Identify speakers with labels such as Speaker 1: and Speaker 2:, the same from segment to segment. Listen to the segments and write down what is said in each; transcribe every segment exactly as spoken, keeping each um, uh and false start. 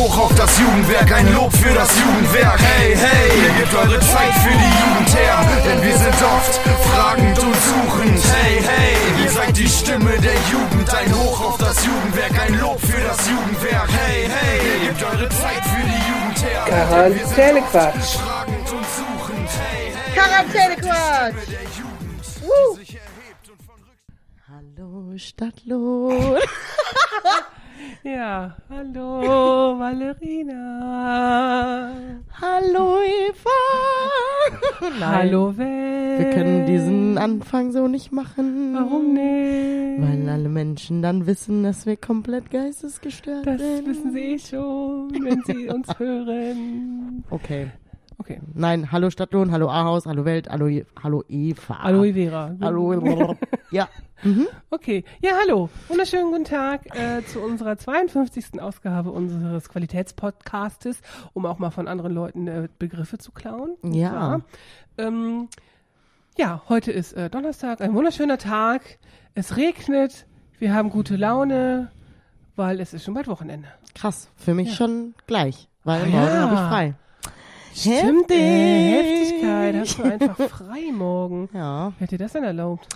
Speaker 1: hoch auf das Jugendwerk, ein Lob für das Jugendwerk. Hey, hey, ihr gebt eure Zeit für die Jugend her, denn wir sind oft fragend und suchend. Hey, hey, ihr seid die Stimme der Jugend, ein Hoch auf das Jugendwerk, ein Lob für das Jugendwerk. Hey, hey, ihr gebt eure Zeit für die Jugend her, denn wir sind oft fragend und suchend. Hey, hey,
Speaker 2: Quarantänequatsch! Uh.
Speaker 3: Hallo Stadtlohn.
Speaker 4: Ja, hallo Valerina.
Speaker 3: Hallo Eva. Nein,
Speaker 4: Hallo Welt.
Speaker 3: wir können diesen Anfang so nicht machen.
Speaker 4: Warum nicht?
Speaker 3: Weil alle Menschen dann wissen, dass wir komplett geistesgestört
Speaker 4: Das
Speaker 3: sind.
Speaker 4: wissen sie eh schon, wenn sie uns hören.
Speaker 3: Okay.
Speaker 4: Okay.
Speaker 3: Nein, hallo Stadtlohn, hallo Ahaus, hallo Welt, hallo, Je- hallo Eva.
Speaker 4: Aloe Vera.
Speaker 3: Hallo. Ja. Mhm.
Speaker 4: Okay. Ja, hallo. Wunderschönen guten Tag äh, zu unserer zweiundfünfzigsten Ausgabe unseres Qualitätspodcastes, um auch mal von anderen Leuten äh, Begriffe zu klauen.
Speaker 3: Ja.
Speaker 4: Ja, ähm, ja heute ist äh, Donnerstag, ein wunderschöner Tag. Es regnet, wir haben gute Laune, weil es ist schon bald Wochenende.
Speaker 3: Krass, für mich
Speaker 4: Ja.
Speaker 3: schon gleich, weil
Speaker 4: Ah,
Speaker 3: morgen
Speaker 4: ja.
Speaker 3: habe ich frei.
Speaker 4: Stimmt, äh, Heftigkeit.
Speaker 3: Heftig.
Speaker 4: Hast du einfach frei morgen.
Speaker 3: Ja,
Speaker 4: Wer hat dir das denn erlaubt?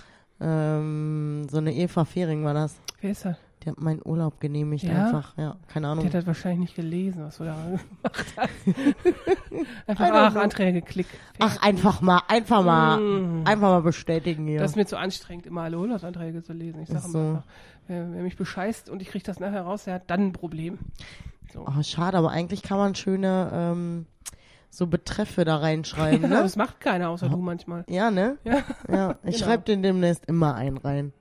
Speaker 3: ähm, so eine Eva Fehring war das.
Speaker 4: Wer ist das?
Speaker 3: Die hat meinen Urlaub genehmigt
Speaker 4: Ja?
Speaker 3: einfach. Ja, keine Ahnung.
Speaker 4: Der hat das wahrscheinlich nicht gelesen, was du da gemacht hast. Einfach,
Speaker 3: I don't
Speaker 4: ach,
Speaker 3: know.
Speaker 4: Anträge geklickt.
Speaker 3: Ach, einfach mal, einfach mal,
Speaker 4: Mm.
Speaker 3: einfach mal bestätigen hier.
Speaker 4: Das ist mir zu anstrengend, immer alle Urlaubsanträge zu lesen. Ich sage
Speaker 3: Ach so.
Speaker 4: immer einfach, wer, wer mich bescheißt und ich kriege das nachher raus, der hat dann ein Problem. So.
Speaker 3: Oh, schade, aber eigentlich kann man schöne ähm, so Betreffe da reinschreiben,
Speaker 4: Ja,
Speaker 3: ne?
Speaker 4: das macht keiner, außer du manchmal.
Speaker 3: Ja, ne?
Speaker 4: Ja,
Speaker 3: Ja, ich
Speaker 4: Genau.
Speaker 3: schreibe den demnächst immer einen rein.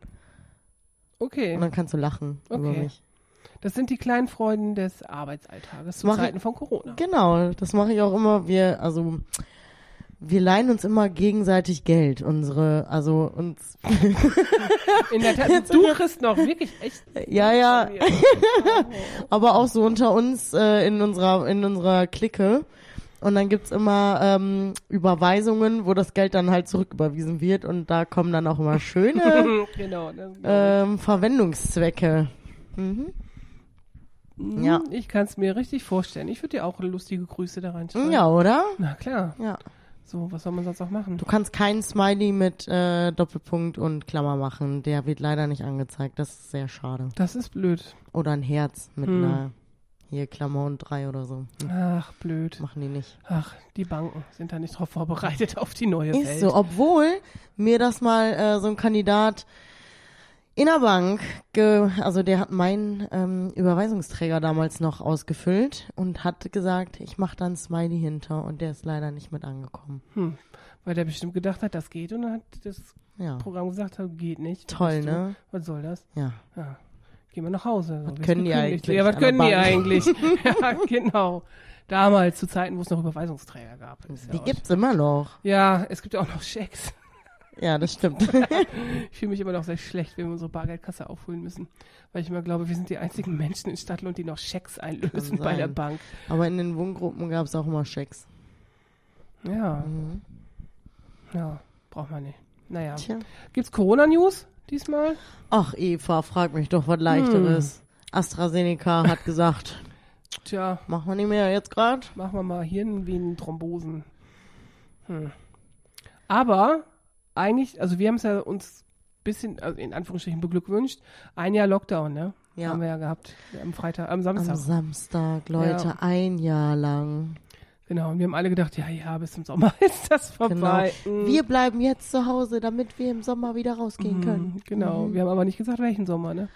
Speaker 4: okay.
Speaker 3: Und dann kannst du lachen über
Speaker 4: Okay.
Speaker 3: mich.
Speaker 4: Das sind die kleinen Freuden des Arbeitsalltages zu
Speaker 3: mach ich-
Speaker 4: Zeiten von Corona.
Speaker 3: Genau, das mache ich auch immer. Wir, also, wir leihen uns immer gegenseitig Geld. Unsere, also uns.
Speaker 4: In der Tat, du kriegst noch wirklich echt.
Speaker 3: Ja, ja.
Speaker 4: von mir.
Speaker 3: Aber auch so unter uns äh, in unserer in unserer Clique. Und dann gibt's immer ähm, Überweisungen, wo das Geld dann halt zurücküberwiesen wird. Und da kommen dann auch immer schöne
Speaker 4: Genau. Das glaub
Speaker 3: ähm, Verwendungszwecke. Mhm.
Speaker 4: ich.
Speaker 3: ja.
Speaker 4: Ich kann es mir richtig vorstellen. Ich würde dir auch lustige Grüße da reinschreiben.
Speaker 3: Ja, oder?
Speaker 4: Na klar.
Speaker 3: Ja.
Speaker 4: So, was soll man sonst auch machen?
Speaker 3: Du kannst keinen Smiley mit äh, Doppelpunkt und Klammer machen. Der wird leider nicht angezeigt. Das ist sehr schade.
Speaker 4: Das ist blöd.
Speaker 3: Oder ein Herz mit
Speaker 4: Hm.
Speaker 3: einer hier Klammer und drei oder so. Hm,
Speaker 4: Ach, blöd.
Speaker 3: machen die nicht.
Speaker 4: Ach, die Banken sind da nicht drauf vorbereitet auf die neue
Speaker 3: Ist
Speaker 4: Welt.
Speaker 3: so, obwohl mir das mal äh, so ein Kandidat in der Bank, ge also der hat meinen ähm, Überweisungsträger damals noch ausgefüllt und hat gesagt, ich mache da ein Smiley hinter und der ist leider nicht mit angekommen.
Speaker 4: Hm. Weil der bestimmt gedacht hat, das geht und dann hat das
Speaker 3: Ja,
Speaker 4: Programm gesagt, hat, geht nicht. Was
Speaker 3: toll,
Speaker 4: bist du?
Speaker 3: ne?
Speaker 4: Was soll das?
Speaker 3: Ja.
Speaker 4: Ja. Gehen wir nach Hause.
Speaker 3: Was
Speaker 4: wirst
Speaker 3: können die
Speaker 4: gekündigt.
Speaker 3: eigentlich
Speaker 4: Ja, was
Speaker 3: an der
Speaker 4: können die
Speaker 3: Bank?
Speaker 4: eigentlich? Ja, genau. Damals, zu Zeiten, wo es noch Überweisungsträger gab. Ist ja
Speaker 3: Die
Speaker 4: auch-
Speaker 3: gibt's immer noch.
Speaker 4: Ja, es gibt ja auch noch Schecks.
Speaker 3: Ja, das stimmt.
Speaker 4: Ich fühle mich immer noch sehr schlecht, wenn wir unsere Bargeldkasse aufholen müssen. Weil ich immer glaube, wir sind die einzigen Menschen in Stadtlohn, die noch Schecks einlösen
Speaker 3: Kann
Speaker 4: bei der
Speaker 3: sein.
Speaker 4: Bank.
Speaker 3: Aber in den Wohngruppen gab's auch immer Schecks.
Speaker 4: Ja,
Speaker 3: Mhm.
Speaker 4: ja, braucht man nicht. Naja.
Speaker 3: Tja.
Speaker 4: Gibt's Corona-News diesmal?
Speaker 3: Ach, Eva, frag mich doch was Leichteres.
Speaker 4: Hm.
Speaker 3: AstraZeneca hat gesagt,
Speaker 4: Tja,
Speaker 3: machen wir nicht mehr jetzt gerade.
Speaker 4: machen wir mal Hirnvenenthrombosen. Hm. Aber eigentlich, also wir haben es ja uns ein bisschen, also in Anführungsstrichen beglückwünscht, ein Jahr Lockdown, ne?
Speaker 3: Ja.
Speaker 4: Haben wir ja gehabt. Am Freitag, am
Speaker 3: Am
Speaker 4: Samstag.
Speaker 3: Samstag, Leute,
Speaker 4: Ja.
Speaker 3: ein Jahr lang.
Speaker 4: Genau, und wir haben alle gedacht, ja, ja, bis zum Sommer ist das vorbei. Mhm.
Speaker 3: Wir bleiben jetzt zu Hause, damit wir im Sommer wieder rausgehen
Speaker 4: Mhm,
Speaker 3: können.
Speaker 4: Genau,
Speaker 3: Mhm.
Speaker 4: wir haben aber nicht gesagt, welchen Sommer, ne?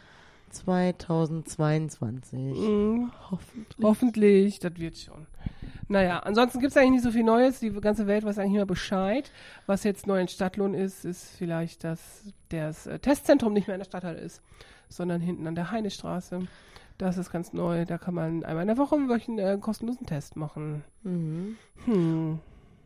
Speaker 3: zweitausendzweiundzwanzig.
Speaker 4: Mhm.
Speaker 3: Hoffentlich.
Speaker 4: Hoffentlich, das wird schon. Naja, ansonsten gibt es eigentlich nicht so viel Neues. Die ganze Welt weiß eigentlich nicht mehr Bescheid. Was jetzt neu in Stadtlohn ist, ist vielleicht, dass das äh, Testzentrum nicht mehr in der Stadthalle ist, sondern hinten an der Heinestraße. Das ist ganz neu. Da kann man einmal in der Woche einen wöchn- äh, kostenlosen Test machen.
Speaker 3: Mhm.
Speaker 4: Hm.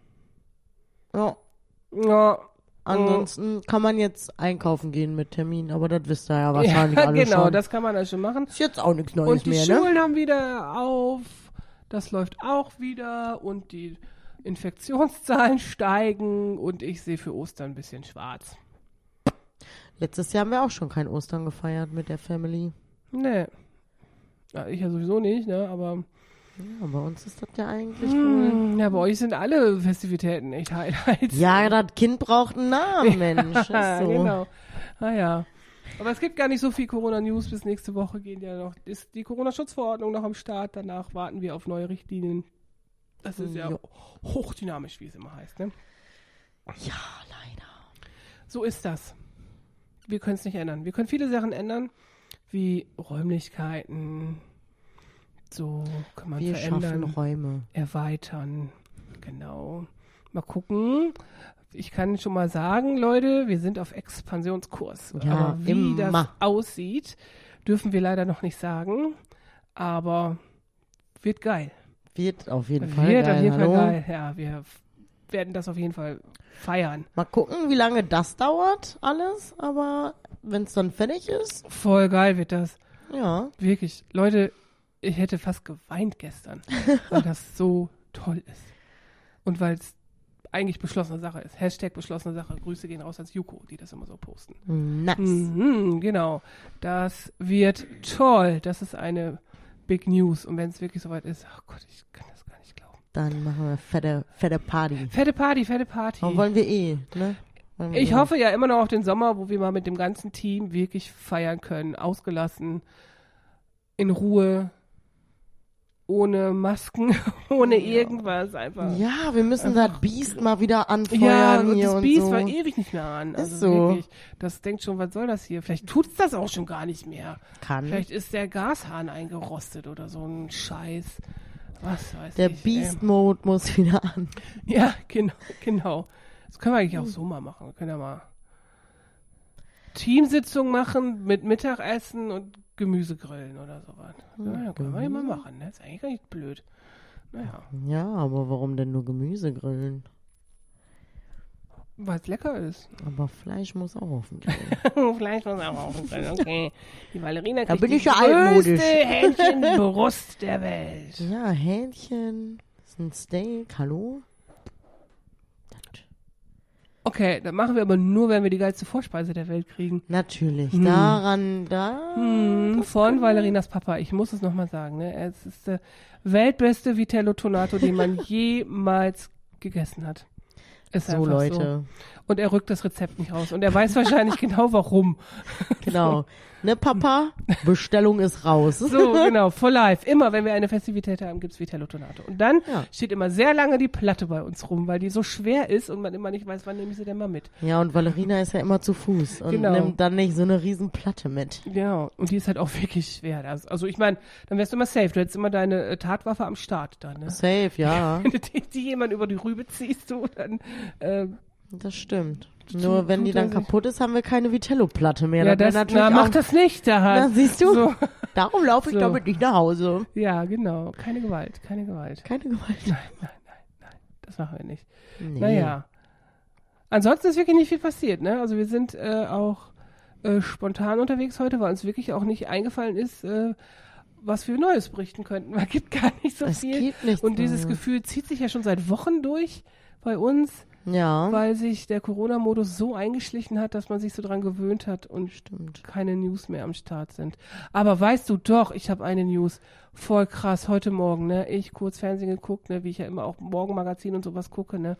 Speaker 3: Ja.
Speaker 4: Ja.
Speaker 3: Ansonsten kann man jetzt einkaufen gehen mit Termin, aber das wisst ihr ja wahrscheinlich
Speaker 4: Ja,
Speaker 3: alle
Speaker 4: genau,
Speaker 3: schon.
Speaker 4: das kann man ja schon machen.
Speaker 3: ist jetzt auch nichts Neues
Speaker 4: Und die
Speaker 3: mehr,
Speaker 4: Schulen
Speaker 3: ne?
Speaker 4: haben wieder auf. Das läuft auch wieder. Und die Infektionszahlen steigen. Und ich sehe für Ostern ein bisschen schwarz.
Speaker 3: Letztes Jahr haben wir auch schon kein Ostern gefeiert mit der Family.
Speaker 4: Nee. Ja, ich ja sowieso nicht, ne? Aber
Speaker 3: Ja, bei uns ist das ja eigentlich wohl...
Speaker 4: Hm, ja, bei euch sind alle Festivitäten echt Highlights.
Speaker 3: Ja, das Kind braucht einen Namen, Mensch. Ist so.
Speaker 4: Genau. Ah ja. Aber es gibt gar nicht so viel Corona-News. Bis nächste Woche gehen ja noch, ist die Corona-Schutzverordnung noch am Start. Danach warten wir auf neue Richtlinien. Das ist ja
Speaker 3: Jo.
Speaker 4: hochdynamisch, wie es immer heißt, ne?
Speaker 3: Ja, leider.
Speaker 4: So ist das. Wir können es nicht ändern. Wir können viele Sachen ändern, wie Räumlichkeiten. So kann man
Speaker 3: Wir schaffen
Speaker 4: verändern,
Speaker 3: Räume.
Speaker 4: erweitern. Genau. Mal gucken. Ich kann schon mal sagen, Leute, wir sind auf Expansionskurs.
Speaker 3: Ja,
Speaker 4: aber wie
Speaker 3: immer.
Speaker 4: das aussieht, dürfen wir leider noch nicht sagen. Aber wird geil.
Speaker 3: Wird auf jeden Fall
Speaker 4: Wird
Speaker 3: geil.
Speaker 4: auf jeden
Speaker 3: Hallo?
Speaker 4: Fall geil. Ja, wir f- werden das auf jeden Fall feiern.
Speaker 3: Mal gucken, wie lange das dauert, alles. Aber wenn es dann fertig ist,
Speaker 4: Voll geil wird das.
Speaker 3: ja.
Speaker 4: Wirklich. Leute, ich hätte fast geweint gestern, weil das so toll ist. Und weil es eigentlich beschlossene Sache ist. Hashtag beschlossene Sache. Grüße gehen raus ans Juko, die das immer so posten.
Speaker 3: Nice.
Speaker 4: Mhm, genau. Das wird toll. Das ist eine Big News. Und wenn es wirklich soweit ist, ach Gott, ich kann das gar nicht glauben.
Speaker 3: Dann machen wir fette, fette Party.
Speaker 4: Fette Party, fette Party.
Speaker 3: Aber wollen wir eh, ne? Wollen wir
Speaker 4: Ich
Speaker 3: eh.
Speaker 4: hoffe ja immer noch auf den Sommer, wo wir mal mit dem ganzen Team wirklich feiern können. Ausgelassen, in Ruhe, ohne Masken, ohne irgendwas. Einfach.
Speaker 3: Ja, wir müssen das Beast mal wieder anfeuern
Speaker 4: Ja, und
Speaker 3: hier
Speaker 4: das
Speaker 3: und
Speaker 4: Biest
Speaker 3: so.
Speaker 4: war ewig nicht mehr an. Also
Speaker 3: Ist so.
Speaker 4: wirklich, das denkt schon, was soll das hier? Vielleicht tut's das auch schon gar nicht mehr.
Speaker 3: Kann.
Speaker 4: Vielleicht ist der Gashahn eingerostet oder so ein Scheiß. Was weiß
Speaker 3: Der
Speaker 4: ich.
Speaker 3: Beast-Mode muss wieder an.
Speaker 4: Ähm, ja, genau, genau. Das können wir eigentlich auch so mal machen. Wir können ja mal Teamsitzung machen mit Mittagessen und Gemüsegrillen oder sowas. Naja, können wir ja mal machen. Ne? Ist eigentlich gar nicht blöd. Naja,
Speaker 3: Ja, aber warum denn nur Gemüse grillen?
Speaker 4: weil es lecker ist.
Speaker 3: Aber Fleisch muss auch auf den Grill.
Speaker 4: Fleisch muss auch auf dem Grill, okay. Die Valerina
Speaker 3: Da
Speaker 4: kriegt
Speaker 3: bin
Speaker 4: die
Speaker 3: ich ja
Speaker 4: größte
Speaker 3: altmodisch.
Speaker 4: Hähnchenbrust der Welt.
Speaker 3: Ja, Hähnchen, das ist ein Steak, hallo?
Speaker 4: Okay, dann machen wir aber nur, wenn wir die geilste Vorspeise der Welt kriegen.
Speaker 3: Natürlich, daran, da.
Speaker 4: Hm, von Valerinas Papa. Ich muss es nochmal sagen. Ne? Es ist der weltbeste Vitello Tonato, den man jemals gegessen hat. Ist
Speaker 3: So,
Speaker 4: einfach
Speaker 3: Leute.
Speaker 4: So. Und er rückt das Rezept nicht raus. Und er weiß wahrscheinlich genau, warum.
Speaker 3: Genau. Ne, Papa? Bestellung ist raus.
Speaker 4: So, genau, for life. Immer, wenn wir eine Festivität haben, gibt's Vitello Tonato. Und dann
Speaker 3: Ja.
Speaker 4: steht immer sehr lange die Platte bei uns rum, weil die so schwer ist und man immer nicht weiß, wann nehme ich sie denn mal mit.
Speaker 3: Ja, und Valerina ist ja immer zu Fuß und
Speaker 4: Genau.
Speaker 3: nimmt dann nicht so eine riesen Platte mit.
Speaker 4: Genau, und die ist halt auch wirklich schwer. Also, also ich meine, dann wärst du immer safe. Du hättest immer deine äh, Tatwaffe am Start dann, ne?
Speaker 3: Safe, ja.
Speaker 4: Wenn du die, die jemand über die Rübe ziehst, du, dann, äh,
Speaker 3: Das stimmt.
Speaker 4: Tut-
Speaker 3: Nur wenn
Speaker 4: tut
Speaker 3: die
Speaker 4: er
Speaker 3: dann
Speaker 4: sich.
Speaker 3: kaputt ist, haben wir keine Vitello-Platte mehr.
Speaker 4: ja,
Speaker 3: Das
Speaker 4: das,
Speaker 3: wär natürlich
Speaker 4: na, mach
Speaker 3: auch,
Speaker 4: das nicht, da
Speaker 3: Na,
Speaker 4: halt.
Speaker 3: siehst du?
Speaker 4: So.
Speaker 3: Darum laufe ich
Speaker 4: So.
Speaker 3: damit nicht nach Hause.
Speaker 4: Ja, genau. Keine Gewalt, keine Gewalt.
Speaker 3: Keine Gewalt.
Speaker 4: Nein, nein, nein, nein. Das machen wir nicht.
Speaker 3: Nee.
Speaker 4: Naja. Ansonsten ist wirklich nicht viel passiert, ne? Also wir sind äh, auch äh, spontan unterwegs heute, weil uns wirklich auch nicht eingefallen ist, äh, was wir Neues berichten könnten. Man gibt gar nicht so
Speaker 3: Es
Speaker 4: viel.
Speaker 3: gibt nichts
Speaker 4: Und dieses
Speaker 3: Neues.
Speaker 4: Gefühl zieht sich ja schon seit Wochen durch bei uns,
Speaker 3: Ja,
Speaker 4: weil sich der Corona-Modus so eingeschlichen hat, dass man sich so dran gewöhnt hat und
Speaker 3: stimmt.
Speaker 4: keine News mehr am Start sind. Aber weißt du doch, ich habe eine News. Voll krass, heute Morgen, ne? Ich kurz Fernsehen geguckt, ne? Wie ich ja immer auch Morgenmagazin und sowas gucke, ne?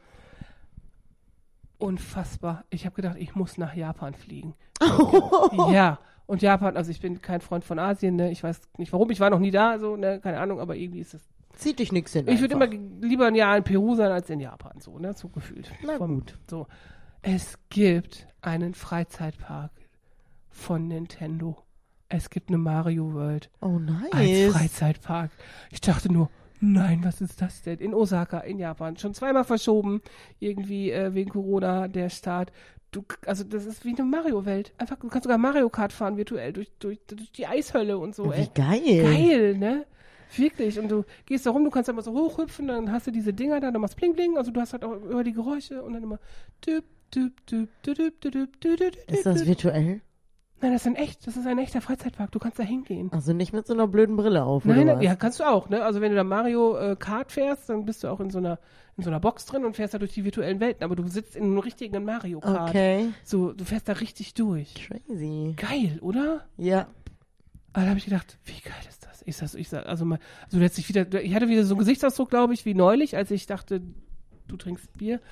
Speaker 4: Unfassbar. Ich habe gedacht, ich muss nach Japan fliegen. Ja. Und Japan, also ich bin kein Freund von Asien, ne? Ich weiß nicht warum, ich war noch nie da, so, ne? Keine Ahnung, aber irgendwie ist es.
Speaker 3: Zieht dich nix hin.
Speaker 4: Ich würde immer
Speaker 3: einfach.
Speaker 4: ge- lieber ein Jahr in Peru sein als in Japan, so, ne? So gefühlt.
Speaker 3: Na
Speaker 4: Vom-
Speaker 3: gut.
Speaker 4: So. Es gibt einen Freizeitpark von Nintendo. Es gibt eine Mario World
Speaker 3: Oh,
Speaker 4: als
Speaker 3: nice.
Speaker 4: Freizeitpark. Ich dachte nur, nein, was ist das denn? In Osaka, in Japan. Schon zweimal verschoben, irgendwie äh, wegen Corona, der Start. Du, also das ist wie eine Mario-Welt. Einfach, du kannst sogar Mario Kart fahren virtuell durch, durch, durch die Eishölle und so. Ey.
Speaker 3: Wie geil.
Speaker 4: Geil, ne? Wirklich. Und du gehst da rum, du kannst immer so hochhüpfen, dann hast du diese Dinger da, dann machst bling bling. Also du hast halt auch immer die Geräusche und dann immer düb, düb, düb, düb, düb, düb, düb, düb,
Speaker 3: Ist das
Speaker 4: düb.
Speaker 3: virtuell?
Speaker 4: Nein, das ist ein echt, das ist ein echter Freizeitpark. Du kannst da hingehen.
Speaker 3: Also nicht mit so einer blöden Brille auf,
Speaker 4: Nein,
Speaker 3: oder
Speaker 4: nein,
Speaker 3: was?
Speaker 4: ja, kannst du auch, ne? Also wenn du da Mario äh, Kart fährst, dann bist du auch in so einer in so einer Box drin und fährst da durch die virtuellen Welten, aber du sitzt in einem richtigen Mario Kart.
Speaker 3: Okay.
Speaker 4: So, du fährst da richtig durch.
Speaker 3: Crazy.
Speaker 4: Geil, oder?
Speaker 3: Ja.
Speaker 4: Aber da habe ich gedacht, wie geil ist das? Ich sag, ich sag, also mal, also letztlich wieder, ich hatte wieder so einen Gesichtsausdruck, glaube ich, wie neulich, als ich dachte, du trinkst Bier.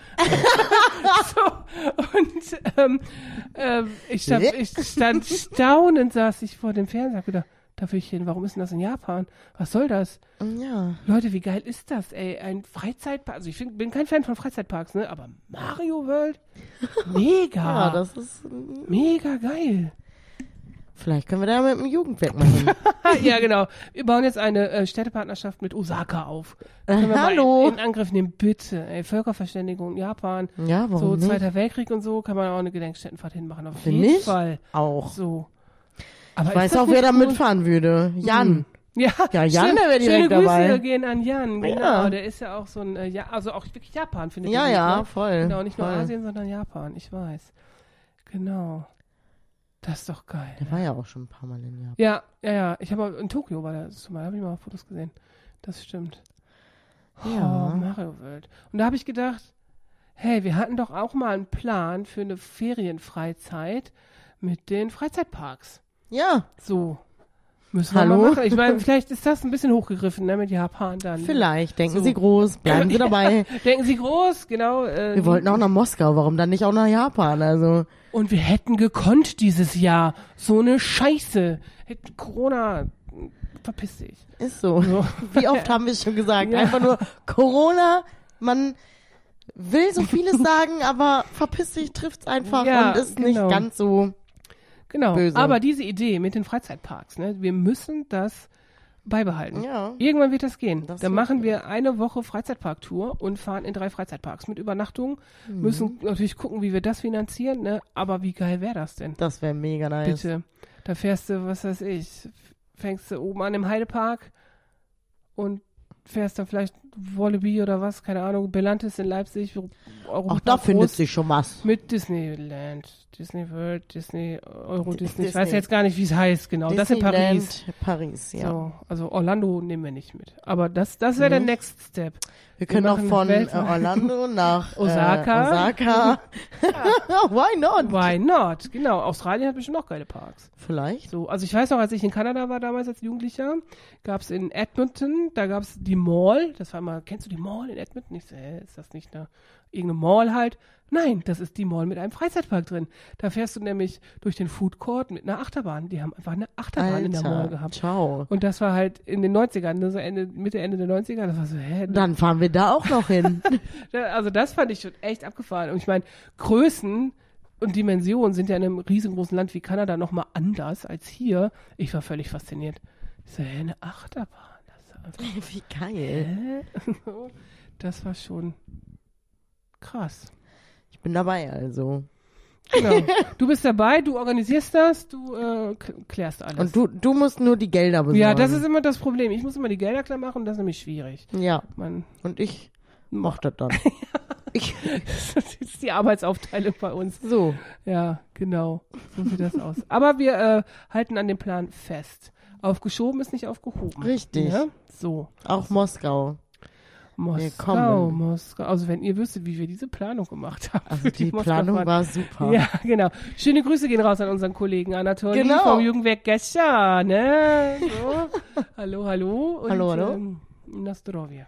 Speaker 4: so, und ähm, ähm, ich, stand, ich stand staunend, saß ich vor dem Fernseher und hab gedacht, da will ich hin, warum ist denn das in Japan? Was soll das?
Speaker 3: Ja.
Speaker 4: Leute, wie geil ist das, ey? Ein Freizeitpark, also ich find, bin kein Fan von Freizeitparks, ne? Aber Mario World, mega.
Speaker 3: Ja, das ist.
Speaker 4: Mega geil.
Speaker 3: Vielleicht können wir da mit dem Jugendwerk mal hin.
Speaker 4: Ja, genau. Wir bauen jetzt eine äh, Städtepartnerschaft mit Osaka auf.
Speaker 3: Äh,
Speaker 4: Können wir
Speaker 3: hallo.
Speaker 4: mal in, in Angriff nehmen, bitte. Ey, Völkerverständigung, Japan.
Speaker 3: Ja, warum
Speaker 4: so
Speaker 3: nicht?
Speaker 4: Zweiter Weltkrieg und so, kann man auch eine Gedenkstättenfahrt hinmachen. Auf
Speaker 3: Find
Speaker 4: jeden
Speaker 3: ich
Speaker 4: Fall.
Speaker 3: Auch.
Speaker 4: So. Aber
Speaker 3: Ich weiß
Speaker 4: ist das
Speaker 3: auch, wer
Speaker 4: nicht
Speaker 3: da
Speaker 4: gut?
Speaker 3: mitfahren würde. Jan.
Speaker 4: Ja,
Speaker 3: Ja, Jan,
Speaker 4: stimmt.
Speaker 3: der wäre direkt
Speaker 4: Schöne Grüße
Speaker 3: dabei.
Speaker 4: gehen an Jan. Genau,
Speaker 3: Ja.
Speaker 4: der ist ja auch so ein, äh, ja, also auch wirklich Japan, findet
Speaker 3: Ja,
Speaker 4: ihr
Speaker 3: ja,
Speaker 4: gut, ne?
Speaker 3: voll.
Speaker 4: Genau, nicht nur
Speaker 3: voll.
Speaker 4: Asien, sondern Japan, ich weiß. Genau. Das ist doch geil.
Speaker 3: Der war ja auch schon ein paar Mal in Japan.
Speaker 4: Ja, ja, ja. Ich habe in Tokio war das zumal, da habe ich mal Fotos gesehen. Das stimmt.
Speaker 3: Ja.
Speaker 4: Oh, Mario World. Und da habe ich gedacht, hey, wir hatten doch auch mal einen Plan für eine Ferienfreizeit mit den Freizeitparks.
Speaker 3: Ja,
Speaker 4: So. Müssen wir
Speaker 3: Hallo?
Speaker 4: mal machen. Ich meine, vielleicht ist das ein bisschen hochgegriffen, ne, mit Japan dann.
Speaker 3: vielleicht. Denken
Speaker 4: So.
Speaker 3: Sie groß. Bleiben Sie dabei.
Speaker 4: Denken Sie groß, genau. Äh,
Speaker 3: Wir wollten auch nach Moskau. Warum dann nicht auch nach Japan? Also,
Speaker 4: Und wir hätten gekonnt dieses Jahr. So eine Scheiße. Hätten Corona, verpiss dich.
Speaker 3: ist so.
Speaker 4: So.
Speaker 3: Wie oft haben wir es schon gesagt?
Speaker 4: Ja.
Speaker 3: Einfach nur Corona. Man will so vieles sagen, aber verpiss dich, trifft's einfach
Speaker 4: Ja,
Speaker 3: und ist
Speaker 4: genau.
Speaker 3: nicht ganz so.
Speaker 4: Genau,
Speaker 3: Böse.
Speaker 4: aber diese Idee mit den Freizeitparks, ne, wir müssen das beibehalten.
Speaker 3: Ja.
Speaker 4: Irgendwann wird das gehen.
Speaker 3: Das
Speaker 4: Dann
Speaker 3: wird
Speaker 4: machen
Speaker 3: gehen.
Speaker 4: wir eine Woche Freizeitparktour und fahren in drei Freizeitparks mit Übernachtung.
Speaker 3: Mhm.
Speaker 4: Müssen natürlich gucken, wie wir das finanzieren, ne? Aber wie geil wäre das denn?
Speaker 3: Das wäre mega nice.
Speaker 4: Bitte. Da fährst du, was weiß ich, fängst du oben an im Heidepark und fährst dann vielleicht Wallaby oder was, keine Ahnung, Belantis in Leipzig, Europa
Speaker 3: Auch da findet
Speaker 4: groß.
Speaker 3: sich schon was.
Speaker 4: Mit Disneyland, Disney World, Disney, Euro Disney. Ich
Speaker 3: Disney.
Speaker 4: weiß jetzt gar nicht, wie es heißt, genau. Das in Paris.
Speaker 3: Disneyland, Paris, ja.
Speaker 4: So, also Orlando nehmen wir nicht mit. Aber das, das wäre der
Speaker 3: Mhm.
Speaker 4: Next Step.
Speaker 3: Wir können auch
Speaker 4: machen
Speaker 3: von äh,
Speaker 4: weltweit-
Speaker 3: Orlando nach
Speaker 4: Osaka.
Speaker 3: Äh, Osaka. Why not?
Speaker 4: Why not? Genau. Australien hat bestimmt auch geile Parks.
Speaker 3: Vielleicht.
Speaker 4: So, also ich weiß noch, als ich in Kanada war damals als Jugendlicher, gab es in Edmonton, da gab es die Mall. Das war mal, kennst du die Mall in Edmonton? Ich so, hä, ist das nicht eine irgendeine Mall halt? Nein, das ist die Mall mit einem Freizeitpark drin. Da fährst du nämlich durch den Food Court mit einer Achterbahn. Die haben einfach eine Achterbahn in der Mall
Speaker 3: Alter,
Speaker 4: gehabt.
Speaker 3: ciao.
Speaker 4: Und das war halt in den neunzigern, ne, so Ende, Mitte, Ende der neunziger. Das war so, hä?
Speaker 3: Dann fahren wir da auch noch hin.
Speaker 4: Da- Also das fand ich schon echt abgefahren. Und ich meine, Größen und Dimensionen sind ja in einem riesengroßen Land wie Kanada nochmal anders als hier. Ich war völlig fasziniert. Ich so, hä, eine Achterbahn. Das, ist einfach,
Speaker 3: Wie geil.
Speaker 4: hä? Das war schon krass.
Speaker 3: Ich bin dabei, also.
Speaker 4: Genau. Du bist dabei, du organisierst das, du äh, k- klärst alles.
Speaker 3: Und du, du musst nur die Gelder besorgen.
Speaker 4: ja, das ist immer das Problem. Ich muss immer die Gelder klar machen, das ist nämlich schwierig.
Speaker 3: Ja,
Speaker 4: Man,
Speaker 3: und ich mach das dann. ich,
Speaker 4: das ist die Arbeitsaufteilung bei uns.
Speaker 3: so.
Speaker 4: Ja, genau. So sieht das aus. Aber wir äh, halten an dem Plan fest. Aufgeschoben ist nicht aufgehoben.
Speaker 3: Richtig.
Speaker 4: Ja? So.
Speaker 3: Auch Moskau.
Speaker 4: Moskau,
Speaker 3: kommen.
Speaker 4: Moskau. Also wenn ihr wüsstet, wie wir diese Planung gemacht haben.
Speaker 3: Also
Speaker 4: für
Speaker 3: die
Speaker 4: Moskau-Fahrt.
Speaker 3: Planung war super.
Speaker 4: Ja, genau. Schöne Grüße gehen raus an unseren Kollegen Anatoli
Speaker 3: Genau.
Speaker 4: vom Jugendwerk Gescha, ne? So. Hallo, hallo. Und,
Speaker 3: Hallo, hallo.
Speaker 4: Ähm, na zdrowie.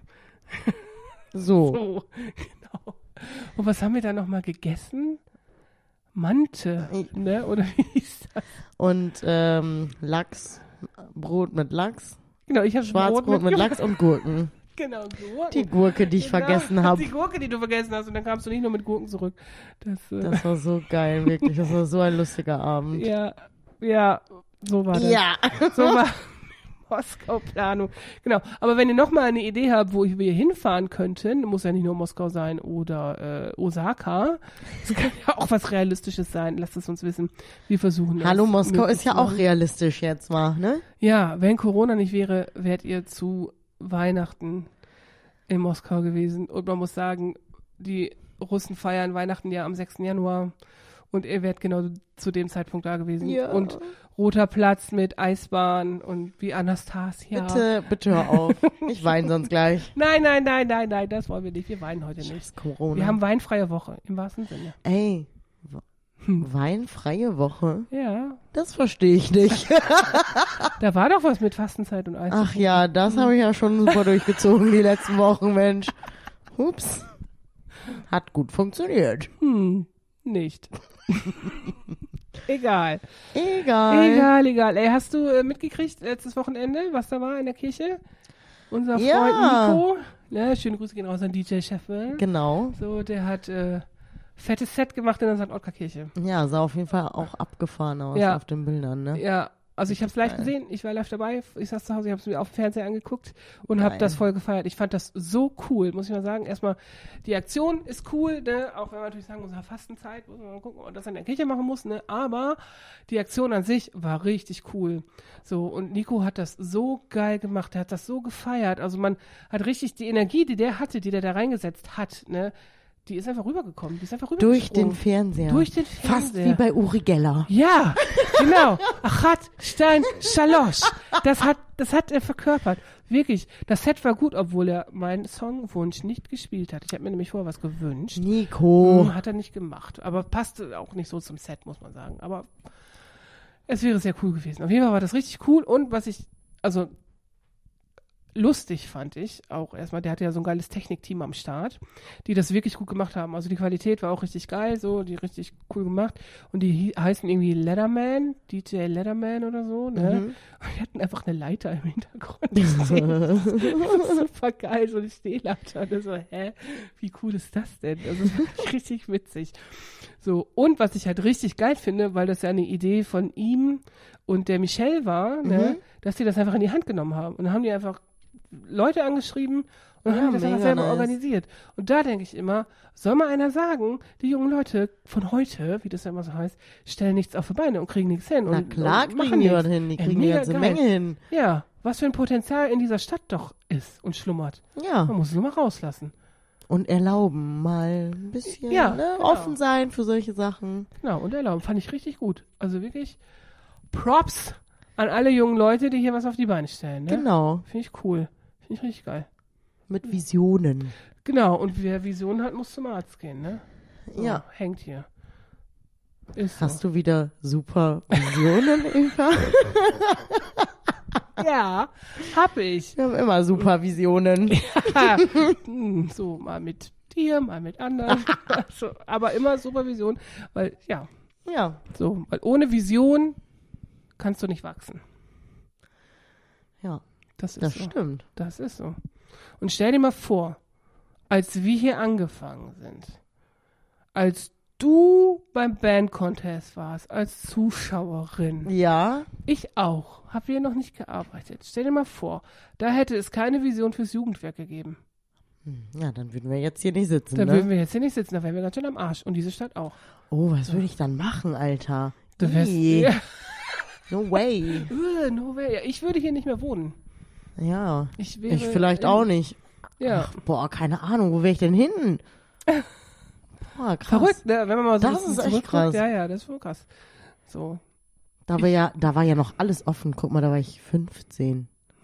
Speaker 3: So.
Speaker 4: So, genau. Und was haben wir da nochmal gegessen? Mante, ne? Oder wie hieß das?
Speaker 3: Und ähm, Lachs, Brot mit Lachs,
Speaker 4: Genau, ich habe
Speaker 3: Schwarzbrot mit Lachs und Gurken.
Speaker 4: Genau, Gurken.
Speaker 3: Die Gurke, die ich
Speaker 4: Genau,
Speaker 3: vergessen habe.
Speaker 4: Die Gurke, die du vergessen hast. Und dann kamst du nicht nur mit Gurken zurück. Das, äh,
Speaker 3: Das war so geil, wirklich. Das war so ein lustiger Abend.
Speaker 4: ja, ja, so war das.
Speaker 3: Ja.
Speaker 4: So war Moskau-Planung. Genau. Aber wenn ihr nochmal eine Idee habt, wo wir hinfahren könnten, muss ja nicht nur Moskau sein oder äh, Osaka. Es kann ja auch was Realistisches sein. Lasst es uns wissen. Wir versuchen das.
Speaker 3: Hallo, Moskau
Speaker 4: möglich
Speaker 3: ist ja
Speaker 4: zu
Speaker 3: auch
Speaker 4: machen.
Speaker 3: realistisch jetzt mal, ne?
Speaker 4: Ja, wenn Corona nicht wäre, wärt ihr zu Weihnachten in Moskau gewesen. Und man muss sagen, die Russen feiern Weihnachten ja am sechsten Januar. Und ihr wärt genau zu dem Zeitpunkt da gewesen.
Speaker 3: Ja.
Speaker 4: Und Roter Platz mit Eisbahn und wie Anastasia.
Speaker 3: Bitte, bitte hör auf. Ich weine sonst gleich.
Speaker 4: Nein, nein, nein, nein, nein, das wollen wir nicht. Wir weinen heute nicht.
Speaker 3: Scheiß Corona.
Speaker 4: Wir haben weinfreie Woche, im wahrsten Sinne.
Speaker 3: Ey, Weinfreie Woche?
Speaker 4: Ja,
Speaker 3: Das verstehe ich nicht.
Speaker 4: da war doch was mit Fastenzeit und Eis.
Speaker 3: Ach ja, das habe ich ja schon super durchgezogen die letzten Wochen, Mensch. Ups. Hat gut funktioniert.
Speaker 4: Hm, nicht. Egal.
Speaker 3: Egal.
Speaker 4: Egal, egal. Ey, hast du äh, mitgekriegt letztes Wochenende, was da war in der Kirche? Unser Freund
Speaker 3: Ja.
Speaker 4: Nico, ne, schöne Grüße gehen raus an D J Scheffel.
Speaker 3: Genau.
Speaker 4: So, der hat äh, fettes Set gemacht in der Sankt Ottgar Kirche.
Speaker 3: Ja, sah auf jeden Fall auch abgefahren aus
Speaker 4: Ja.
Speaker 3: auf den Bildern, ne?
Speaker 4: Ja, also ich habe es live
Speaker 3: Geil.
Speaker 4: gesehen, ich war live dabei, ich saß zu Hause, ich habe es mir auf dem Fernseher angeguckt und habe
Speaker 3: Geil.
Speaker 4: das voll gefeiert. Ich fand das so cool, muss ich mal sagen. Erstmal, die Aktion ist cool, ne? Auch wenn man natürlich sagen muss, ja, Fastenzeit, muss man mal gucken, ob man das in der Kirche machen muss, ne? Aber die Aktion an sich war richtig cool. So, und Nico hat das so geil gemacht, er hat das so gefeiert. Also man hat richtig die Energie, die der hatte, die der da reingesetzt hat, ne? Die ist einfach rübergekommen, die ist einfach
Speaker 3: Durch
Speaker 4: rübergesprungen.
Speaker 3: den Fernseher.
Speaker 4: Durch den
Speaker 3: Fast
Speaker 4: Fernseher.
Speaker 3: wie bei Uri Geller.
Speaker 4: Ja, genau. Achat, Stein, Schalosch. Das hat, das hat er verkörpert. Wirklich. Das Set war gut, obwohl er meinen Songwunsch nicht gespielt hat. Ich habe mir nämlich vorher was gewünscht.
Speaker 3: Nico.
Speaker 4: Hm, hat er nicht gemacht. Aber passte auch nicht so zum Set, muss man sagen. Aber es wäre sehr cool gewesen. Auf jeden Fall war das richtig cool. Und was ich, also lustig fand ich auch erstmal, der hatte ja so ein geiles Technikteam am Start, die das wirklich gut gemacht haben. Also die Qualität war auch richtig geil, so, die richtig cool gemacht. Und die hi- heißen irgendwie Letterman, D J Letterman oder so, ne?
Speaker 3: Mhm.
Speaker 4: Und die hatten einfach eine Leiter im Hintergrund stehen. Super geil, so eine Stehleiter. Und so, hä? Wie cool ist das denn? Also das war richtig witzig. So, und was ich halt richtig geil finde, weil das ja eine Idee von ihm und der Michelle war, ne? Dass die das einfach in die Hand genommen haben. Und dann haben die einfach Leute angeschrieben und
Speaker 3: Ja,
Speaker 4: haben das einfach
Speaker 3: mega
Speaker 4: selber
Speaker 3: nice.
Speaker 4: organisiert. Und da denke ich immer, soll mal einer sagen, die jungen Leute von heute, wie das ja immer so heißt, stellen nichts auf die Beine und kriegen nichts hin.
Speaker 3: Na
Speaker 4: und,
Speaker 3: klar
Speaker 4: und
Speaker 3: kriegen
Speaker 4: machen
Speaker 3: die
Speaker 4: nichts.
Speaker 3: was hin. Die
Speaker 4: Ja,
Speaker 3: kriegen die
Speaker 4: mega
Speaker 3: ganze
Speaker 4: geil.
Speaker 3: Menge hin.
Speaker 4: Ja, was für ein Potenzial in dieser Stadt doch ist und schlummert.
Speaker 3: Ja.
Speaker 4: Man muss es nur mal rauslassen.
Speaker 3: Und erlauben mal ein bisschen
Speaker 4: Ja,
Speaker 3: ne,
Speaker 4: genau.
Speaker 3: offen sein für solche Sachen.
Speaker 4: Genau, und erlauben. Fand ich richtig gut. Also wirklich Props an alle jungen Leute, die hier was auf die Beine stellen. Ne?
Speaker 3: Genau.
Speaker 4: Finde ich cool. Finde ich richtig geil.
Speaker 3: Mit Visionen.
Speaker 4: Genau, und wer Visionen hat, muss zum Arzt gehen, ne? So,
Speaker 3: Ja.
Speaker 4: Hängt hier. Ist
Speaker 3: Hast
Speaker 4: so.
Speaker 3: du wieder super Visionen, Eva?
Speaker 4: Ja, hab ich.
Speaker 3: Wir haben immer super Visionen.
Speaker 4: Hm, so, mal mit dir, mal mit anderen. so, aber immer Supervision, weil, ja,
Speaker 3: Ja.
Speaker 4: so, weil ohne Vision kannst du nicht wachsen.
Speaker 3: Ja,
Speaker 4: Das ist
Speaker 3: das
Speaker 4: so.
Speaker 3: stimmt.
Speaker 4: Das ist so. Und stell dir mal vor, als wir hier angefangen sind, als du beim Band-Contest warst, als Zuschauerin,
Speaker 3: Ja.
Speaker 4: ich auch, habe hier noch nicht gearbeitet. Stell dir mal vor, da hätte es keine Vision fürs Jugendwerk gegeben.
Speaker 3: Hm, Ja, dann würden wir jetzt hier nicht sitzen,
Speaker 4: Da
Speaker 3: ne?
Speaker 4: würden wir jetzt hier nicht sitzen, da wären wir ganz schön am Arsch. Und diese Stadt auch.
Speaker 3: Oh, was würde ich dann machen, Alter?
Speaker 4: Du wärst,
Speaker 3: Ih,
Speaker 4: ja,
Speaker 3: No way.
Speaker 4: äh, no way. Ja, ich würde hier nicht mehr wohnen.
Speaker 3: Ja.
Speaker 4: Ich, wäre
Speaker 3: Ich vielleicht
Speaker 4: in-
Speaker 3: auch nicht.
Speaker 4: Ja.
Speaker 3: Ach, boah, keine Ahnung, wo wäre ich denn hin? Boah, krass.
Speaker 4: Verrückt, ne? Wenn man mal so
Speaker 3: Das
Speaker 4: ein bisschen
Speaker 3: ist echt
Speaker 4: zurückguckt.
Speaker 3: krass.
Speaker 4: Ja, ja, das ist voll krass. So.
Speaker 3: Da war ja, da war ja noch alles offen. Guck mal, da war ich fünfzehn.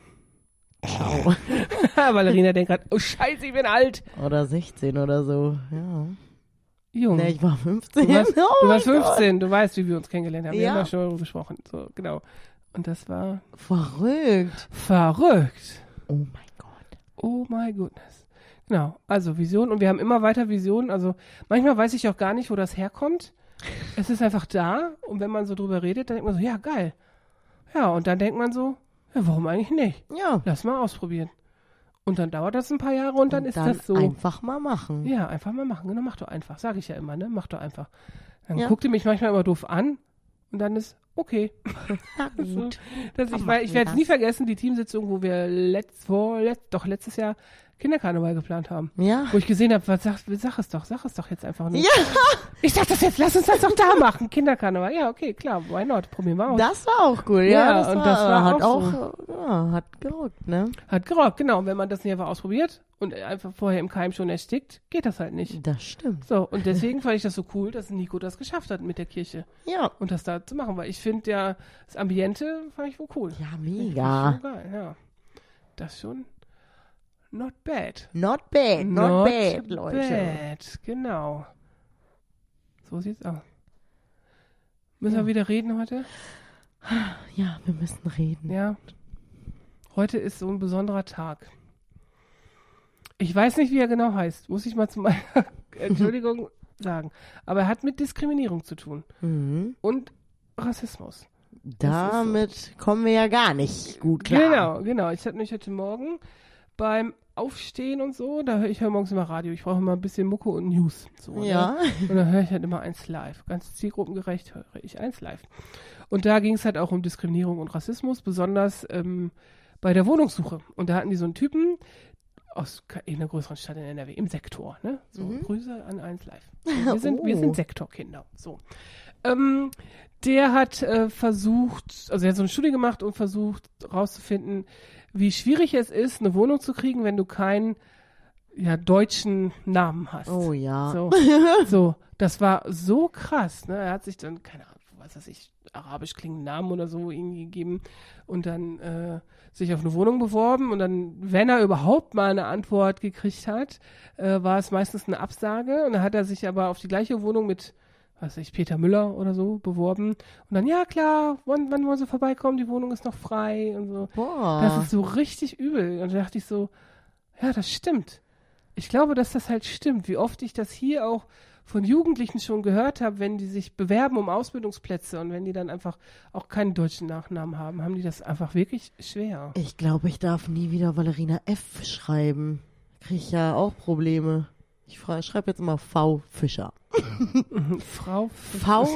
Speaker 3: Ciao.
Speaker 4: Valerina denkt gerade, oh Scheiße, ich bin alt.
Speaker 3: Oder sechzehn oder so. Ja.
Speaker 4: Jung.
Speaker 3: Ne, ich war fünfzehn.
Speaker 4: Du warst,
Speaker 3: Oh
Speaker 4: du warst
Speaker 3: mein Gott.
Speaker 4: fünfzehn, du weißt, wie wir uns kennengelernt haben. Wir
Speaker 3: Ja.
Speaker 4: haben ja schon darüber gesprochen. So, genau. Und das war
Speaker 3: Verrückt.
Speaker 4: verrückt.
Speaker 3: Oh mein Gott.
Speaker 4: Oh my goodness. Genau, also Vision. Und wir haben immer weiter Visionen. Also manchmal weiß ich auch gar nicht, wo das herkommt. Es ist einfach da. Und wenn man so drüber redet, dann denkt man so, ja, geil. Ja, und dann denkt man so, ja, warum eigentlich nicht?
Speaker 3: Ja.
Speaker 4: Lass mal ausprobieren. Und dann dauert das ein paar Jahre und dann
Speaker 3: Und
Speaker 4: ist
Speaker 3: dann
Speaker 4: das so.
Speaker 3: einfach mal machen.
Speaker 4: Ja, einfach mal machen. Genau, mach doch einfach. Sag ich ja immer, ne? Mach doch einfach. Dann
Speaker 3: Ja.
Speaker 4: guckt ihr mich manchmal immer doof an und dann ist okay.
Speaker 3: Na
Speaker 4: So,
Speaker 3: gut.
Speaker 4: das
Speaker 3: Dann
Speaker 4: ich
Speaker 3: machen
Speaker 4: ich
Speaker 3: wir
Speaker 4: werde es
Speaker 3: das.
Speaker 4: nie vergessen, die Teamsitzung, wo wir letzt, vor, letzt, doch letztes Jahr Kinderkarneval geplant haben.
Speaker 3: Ja.
Speaker 4: Wo ich gesehen habe, was sag, sag es doch, sag es doch jetzt einfach nur.
Speaker 3: Ja,
Speaker 4: Ich sag das jetzt, lass uns das doch da machen, Kinderkarneval. Ja, okay, klar, why not? Probieren wir aus.
Speaker 3: das war auch cool. Ja,
Speaker 4: Ja,
Speaker 3: das
Speaker 4: und
Speaker 3: war,
Speaker 4: das war
Speaker 3: hat
Speaker 4: auch
Speaker 3: auch, ja, hat gerockt, ne?
Speaker 4: Hat gerockt, genau. Und wenn man das nicht einfach ausprobiert und einfach vorher im Keim schon erstickt, geht das halt nicht.
Speaker 3: Das stimmt.
Speaker 4: So, und deswegen fand ich das so cool, dass Nico das geschafft hat mit der Kirche.
Speaker 3: Ja.
Speaker 4: Und das da zu machen, weil ich finde ja, das Ambiente fand ich wohl cool.
Speaker 3: Ja,
Speaker 4: Das
Speaker 3: mega.
Speaker 4: ist schon geil, ja. Das schon not bad.
Speaker 3: Not bad, not, bad, Leute.
Speaker 4: bad, genau. So sieht's aus. Müssen
Speaker 3: Ja.
Speaker 4: wir wieder reden heute?
Speaker 3: Ja, wir müssen reden.
Speaker 4: Ja. Heute ist so ein besonderer Tag. Ich weiß nicht, wie er genau heißt. Muss ich mal zu meiner Entschuldigung sagen. Aber er hat mit Diskriminierung zu tun.
Speaker 3: Mhm.
Speaker 4: Und Rassismus.
Speaker 3: Damit kommen wir ja gar nicht gut klar.
Speaker 4: Genau, genau. Ich hatte mich heute Morgen beim Aufstehen und so, da höre ich höre morgens immer Radio. Ich brauche immer ein bisschen Mucke und News. So,
Speaker 3: Ja.
Speaker 4: Ne? Und dann höre ich halt immer eins live. Ganz zielgruppengerecht höre ich eins live. Und da ging es halt auch um Diskriminierung und Rassismus, besonders ähm, bei der Wohnungssuche. Und da hatten die so einen Typen aus einer größeren Stadt in N R W, im Sektor. Ne? So,
Speaker 3: Mhm.
Speaker 4: Grüße an eins live. So, wir, sind, wir
Speaker 3: Oh.
Speaker 4: sind Sektorkinder. So. Ähm, der hat äh, versucht, also er hat so eine Studie gemacht und versucht rauszufinden, wie schwierig es ist, eine Wohnung zu kriegen, wenn du keinen ja, deutschen Namen hast.
Speaker 3: Oh ja.
Speaker 4: So, so, das war so krass. Ne? Er hat sich dann, keine Ahnung, was weiß ich, arabisch klingenden Namen oder so irgendwie gegeben und dann äh, sich auf eine Wohnung beworben und dann, wenn er überhaupt mal eine Antwort gekriegt hat, äh, war es meistens eine Absage und dann hat er sich aber auf die gleiche Wohnung mit was weiß ich, Peter Müller oder so beworben. Und dann, ja klar, wann, wann wollen Sie vorbeikommen? Die Wohnung ist noch frei und so.
Speaker 3: Boah.
Speaker 4: Das ist so richtig übel. Und da dachte ich so, ja, das stimmt. Ich glaube, dass das halt stimmt. Wie oft ich das hier auch von Jugendlichen schon gehört habe, wenn die sich bewerben um Ausbildungsplätze und wenn die dann einfach auch keinen deutschen Nachnamen haben, haben die das einfach wirklich schwer.
Speaker 3: Ich glaube, ich darf nie wieder Valerina F. schreiben. Kriege ich ja auch Probleme. Ich schreibe jetzt immer V. Fischer.
Speaker 4: Frau
Speaker 3: V.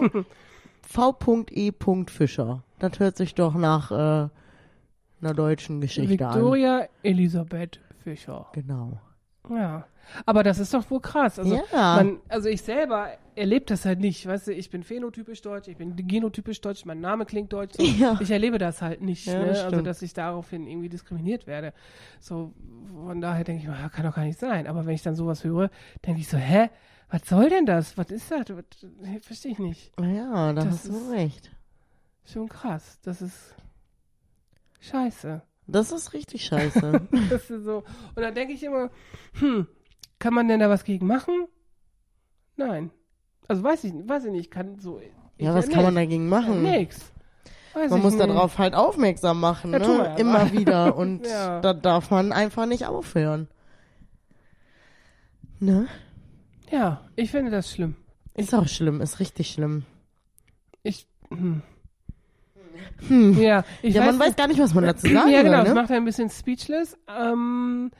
Speaker 3: V.E. Fischer. Das hört sich doch nach äh, einer deutschen Geschichte an.
Speaker 4: Victoria Elisabeth Fischer.
Speaker 3: Genau.
Speaker 4: Ja, aber das ist doch wohl krass. Also,
Speaker 3: Ja.
Speaker 4: man, also ich selber erlebe das halt nicht. Weißt du, ich bin phänotypisch deutsch, ich bin genotypisch deutsch, mein Name klingt deutsch. So.
Speaker 3: Ja.
Speaker 4: Ich erlebe das halt nicht,
Speaker 3: Ja,
Speaker 4: ne?
Speaker 3: das
Speaker 4: Also
Speaker 3: stimmt.
Speaker 4: dass ich daraufhin irgendwie diskriminiert werde. So, von daher denke ich mir, ja, kann doch gar nicht sein. Aber wenn ich dann sowas höre, denke ich so, hä? Was soll denn das? Was ist das? Was, verstehe ich nicht.
Speaker 3: Ja, da
Speaker 4: Das
Speaker 3: hast du
Speaker 4: ist-
Speaker 3: recht.
Speaker 4: Schon krass. Das ist scheiße.
Speaker 3: Das ist richtig scheiße.
Speaker 4: Das ist so. Und dann denke ich immer, hm, kann man denn da was gegen machen? Nein. Also weiß ich, weiß ich nicht, kann so. ich
Speaker 3: ja, was
Speaker 4: ja
Speaker 3: kann man
Speaker 4: nicht.
Speaker 3: dagegen
Speaker 4: Ja,
Speaker 3: machen?
Speaker 4: nix. Weiß
Speaker 3: Man
Speaker 4: ich
Speaker 3: muss
Speaker 4: nicht.
Speaker 3: darauf halt aufmerksam machen,
Speaker 4: Ja,
Speaker 3: ne?
Speaker 4: tun wir ja
Speaker 3: Immer
Speaker 4: mal.
Speaker 3: wieder. Und
Speaker 4: Ja.
Speaker 3: da darf man einfach nicht aufhören. Ne?
Speaker 4: Ja, ich finde das schlimm.
Speaker 3: Ist auch schlimm, ist richtig schlimm.
Speaker 4: Ich. Hm.
Speaker 3: Hm.
Speaker 4: Ja, ich
Speaker 3: ja,
Speaker 4: weiß
Speaker 3: man weiß
Speaker 4: nicht-
Speaker 3: gar nicht, was man dazu sagen
Speaker 4: Ja, genau,
Speaker 3: soll,
Speaker 4: das
Speaker 3: ne?
Speaker 4: macht einen ein bisschen speechless. Ähm,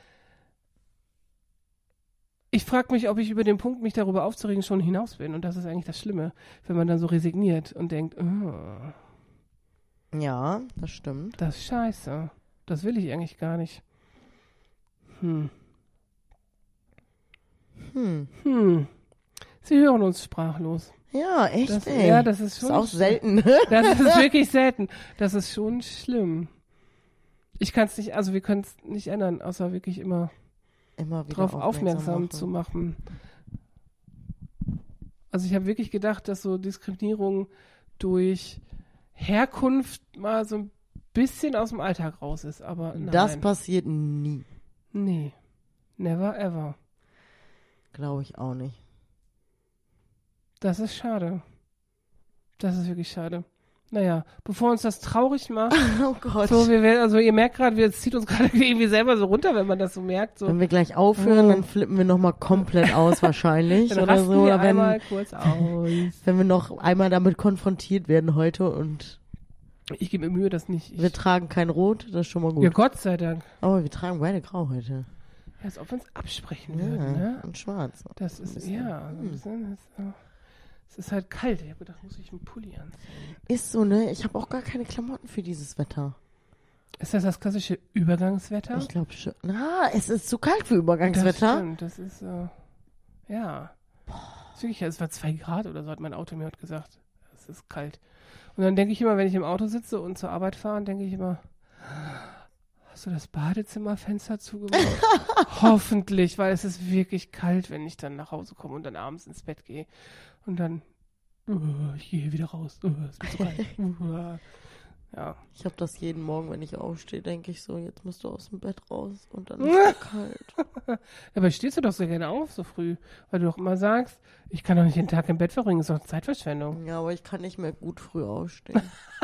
Speaker 4: ich frage mich, ob ich über den Punkt, mich darüber aufzuregen, schon hinaus bin. Und das ist eigentlich das Schlimme, wenn man dann so resigniert und denkt, oh,
Speaker 3: Ja, das stimmt.
Speaker 4: das ist scheiße. Das will ich eigentlich gar nicht. Hm.
Speaker 3: Hm.
Speaker 4: Hm. Sie hören uns sprachlos.
Speaker 3: Ja, echt,
Speaker 4: Das,
Speaker 3: ey.
Speaker 4: ja, das ist schon
Speaker 3: ist auch
Speaker 4: schlimm.
Speaker 3: selten, ne?
Speaker 4: Das ist wirklich selten. Das ist schon schlimm. Ich kann es nicht, also wir können es nicht ändern, außer wirklich immer
Speaker 3: Immer wieder
Speaker 4: darauf aufmerksam,
Speaker 3: machen.
Speaker 4: zu machen. Also ich habe wirklich gedacht, dass so Diskriminierung durch Herkunft mal so ein bisschen aus dem Alltag raus ist, aber nein.
Speaker 3: Das passiert nie.
Speaker 4: Nee. Never ever.
Speaker 3: Glaube ich auch nicht.
Speaker 4: Das ist schade. Das ist wirklich schade. Naja, bevor uns das traurig macht,
Speaker 3: Oh Gott.
Speaker 4: so, wir werden, also ihr merkt gerade, es zieht uns gerade irgendwie selber so runter, wenn man das so merkt. So.
Speaker 3: Wenn wir gleich aufhören,
Speaker 4: Oh.
Speaker 3: dann flippen wir nochmal komplett aus wahrscheinlich.
Speaker 4: Dann
Speaker 3: oder
Speaker 4: rasten
Speaker 3: so.
Speaker 4: wir
Speaker 3: Oder wenn,
Speaker 4: einmal kurz aus.
Speaker 3: wenn wir noch einmal damit konfrontiert werden heute und
Speaker 4: Ich gebe mir Mühe, das nicht. Ich,
Speaker 3: wir tragen kein Rot, das ist schon mal gut.
Speaker 4: ja, Gott sei Dank.
Speaker 3: Aber wir tragen beide grau heute.
Speaker 4: Ja, als ob wir uns absprechen
Speaker 3: Ja,
Speaker 4: würden, ne?
Speaker 3: und schwarz.
Speaker 4: Das ist,
Speaker 3: bisschen.
Speaker 4: ja, so ein bisschen, das, äh, es ist halt kalt. Ich habe gedacht, muss ich einen Pulli anziehen.
Speaker 3: Ist so, ne? Ich habe auch gar keine Klamotten für dieses Wetter.
Speaker 4: Ist das das klassische Übergangswetter?
Speaker 3: Ich glaube schon. Na, es ist zu kalt für
Speaker 4: Das
Speaker 3: Übergangswetter.
Speaker 4: stimmt, das ist, äh, ja. Das ist wirklich, es war zwei Grad oder so, hat mein Auto mir heute gesagt. Es ist kalt. Und dann denke ich immer, wenn ich im Auto sitze und zur Arbeit fahre, denke ich immer, hast du das Badezimmerfenster zugemacht? Hoffentlich, weil es ist wirklich kalt, wenn ich dann nach Hause komme und dann abends ins Bett gehe. Und dann, uh, ich gehe wieder raus. Uh, es ist so kalt. Uh, Ja.
Speaker 3: Ich habe das jeden Morgen, wenn ich aufstehe, denke ich so, jetzt musst du aus dem Bett raus und dann ist es kalt.
Speaker 4: Aber stehst du doch so gerne auf, so früh, weil du doch immer sagst, ich kann doch nicht den Tag im Bett verbringen, ist doch Zeitverschwendung.
Speaker 3: Ja, aber ich kann nicht mehr gut früh aufstehen.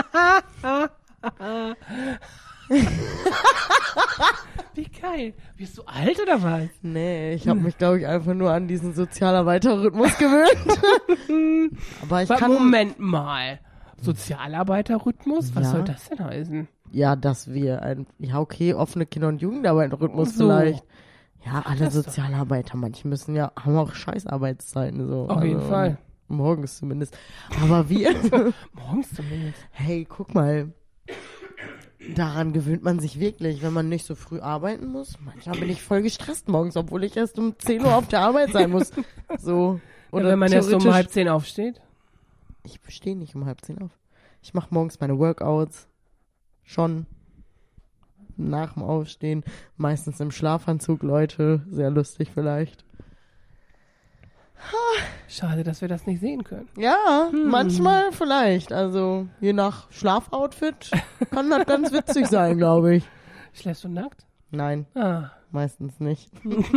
Speaker 4: Wie geil. Bist du alt oder was?
Speaker 3: Nee, ich habe mich, glaube ich, einfach nur an diesen Sozialarbeiterrhythmus gewöhnt. Aber ich
Speaker 4: Aber
Speaker 3: kann...
Speaker 4: Moment mal. Sozialarbeiterrhythmus? Was
Speaker 3: Ja.
Speaker 4: soll das denn heißen?
Speaker 3: Ja, dass wir ein... Ja, okay, offene Kinder- und Jugendarbeit-Rhythmus
Speaker 4: So.
Speaker 3: vielleicht. Ja, alle
Speaker 4: Das doch.
Speaker 3: Sozialarbeiter, manche müssen ja, haben auch Scheißarbeitszeiten. So.
Speaker 4: Auf jeden
Speaker 3: Also,
Speaker 4: Fall.
Speaker 3: Morgens zumindest. Aber wir...
Speaker 4: Morgens zumindest.
Speaker 3: Hey, guck mal. Daran gewöhnt man sich wirklich, wenn man nicht so früh arbeiten muss. Manchmal bin ich voll gestresst morgens, obwohl ich erst um zehn Uhr auf der Arbeit sein muss. So.
Speaker 4: Oder
Speaker 3: Oder
Speaker 4: wenn man erst um
Speaker 3: theoretisch-
Speaker 4: halb zehn aufsteht.
Speaker 3: Ich stehe nicht um halb zehn auf. Ich mache morgens meine Workouts. Schon. Nach dem Aufstehen. Meistens im Schlafanzug, Leute. Sehr lustig vielleicht.
Speaker 4: Schade, dass wir das nicht sehen können.
Speaker 3: Ja,
Speaker 4: Hm.
Speaker 3: manchmal vielleicht. Also je nach Schlafoutfit kann das ganz witzig sein, glaube ich.
Speaker 4: Schläfst du nackt?
Speaker 3: Nein,
Speaker 4: Ah.
Speaker 3: meistens nicht.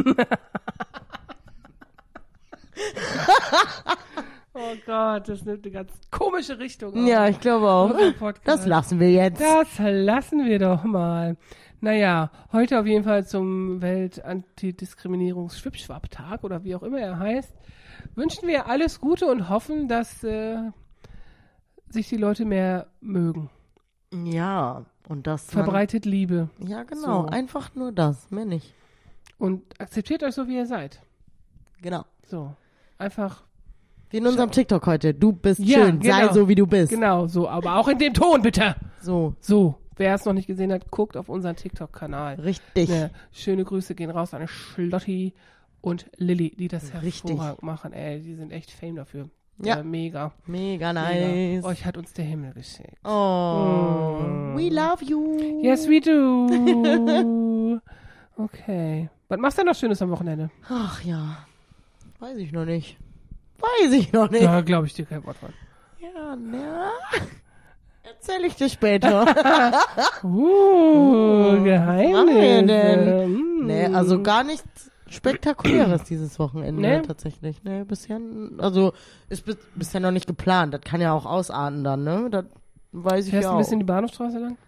Speaker 4: Oh Gott, das nimmt eine ganz komische Richtung. auf.
Speaker 3: Ja, ich glaube auch.
Speaker 4: Unser Podcast.
Speaker 3: Das lassen wir jetzt.
Speaker 4: Das lassen wir doch mal. Naja, heute auf jeden Fall zum Welt-Antidiskriminierungs-Schwipschwapp-Tag oder wie auch immer er heißt, wünschen wir alles Gute und hoffen, dass äh, sich die Leute mehr mögen.
Speaker 3: Ja, und das man-
Speaker 4: Verbreitet Liebe
Speaker 3: Ja, genau.
Speaker 4: So.
Speaker 3: Einfach nur das, mehr nicht.
Speaker 4: und akzeptiert euch so, wie ihr seid.
Speaker 3: Genau.
Speaker 4: So, einfach,
Speaker 3: Wie in unserem TikTok heute. Du bist
Speaker 4: Ja,
Speaker 3: schön, sei
Speaker 4: genau.
Speaker 3: so, wie du bist.
Speaker 4: genau so, aber auch in dem Ton, bitte.
Speaker 3: So,
Speaker 4: So, wer es noch nicht gesehen hat, guckt auf unseren TikTok-Kanal.
Speaker 3: richtig.
Speaker 4: Ne, schöne Grüße gehen raus an Schlotti und Lilly, die das
Speaker 3: Richtig.
Speaker 4: hervorragend machen. Ey, die sind echt Fame dafür.
Speaker 3: Ja.
Speaker 4: Äh, mega.
Speaker 3: Mega
Speaker 4: Mega.
Speaker 3: nice.
Speaker 4: Euch hat uns der Himmel geschickt.
Speaker 3: Oh,
Speaker 4: Mm.
Speaker 3: we love you.
Speaker 4: Yes, we do. Okay. Was machst du denn noch Schönes am Wochenende?
Speaker 3: Ach ja, weiß ich noch nicht. Weiß ich noch nicht.
Speaker 4: Da glaube ich dir kein Wort von.
Speaker 3: Ja, na. Erzähl ich dir später.
Speaker 4: Uh,
Speaker 3: wir
Speaker 4: Geheimnisse.
Speaker 3: denn?
Speaker 4: Mm.
Speaker 3: Nee, also gar nichts Spektakuläres dieses Wochenende
Speaker 4: Nee?
Speaker 3: tatsächlich. Nee, bisher, also ist bis, bisher noch nicht geplant. Das kann ja auch ausarten dann, ne? Das weiß ich
Speaker 4: Fährst
Speaker 3: ja
Speaker 4: du ein
Speaker 3: auch.
Speaker 4: bisschen die Bahnhofstraße lang?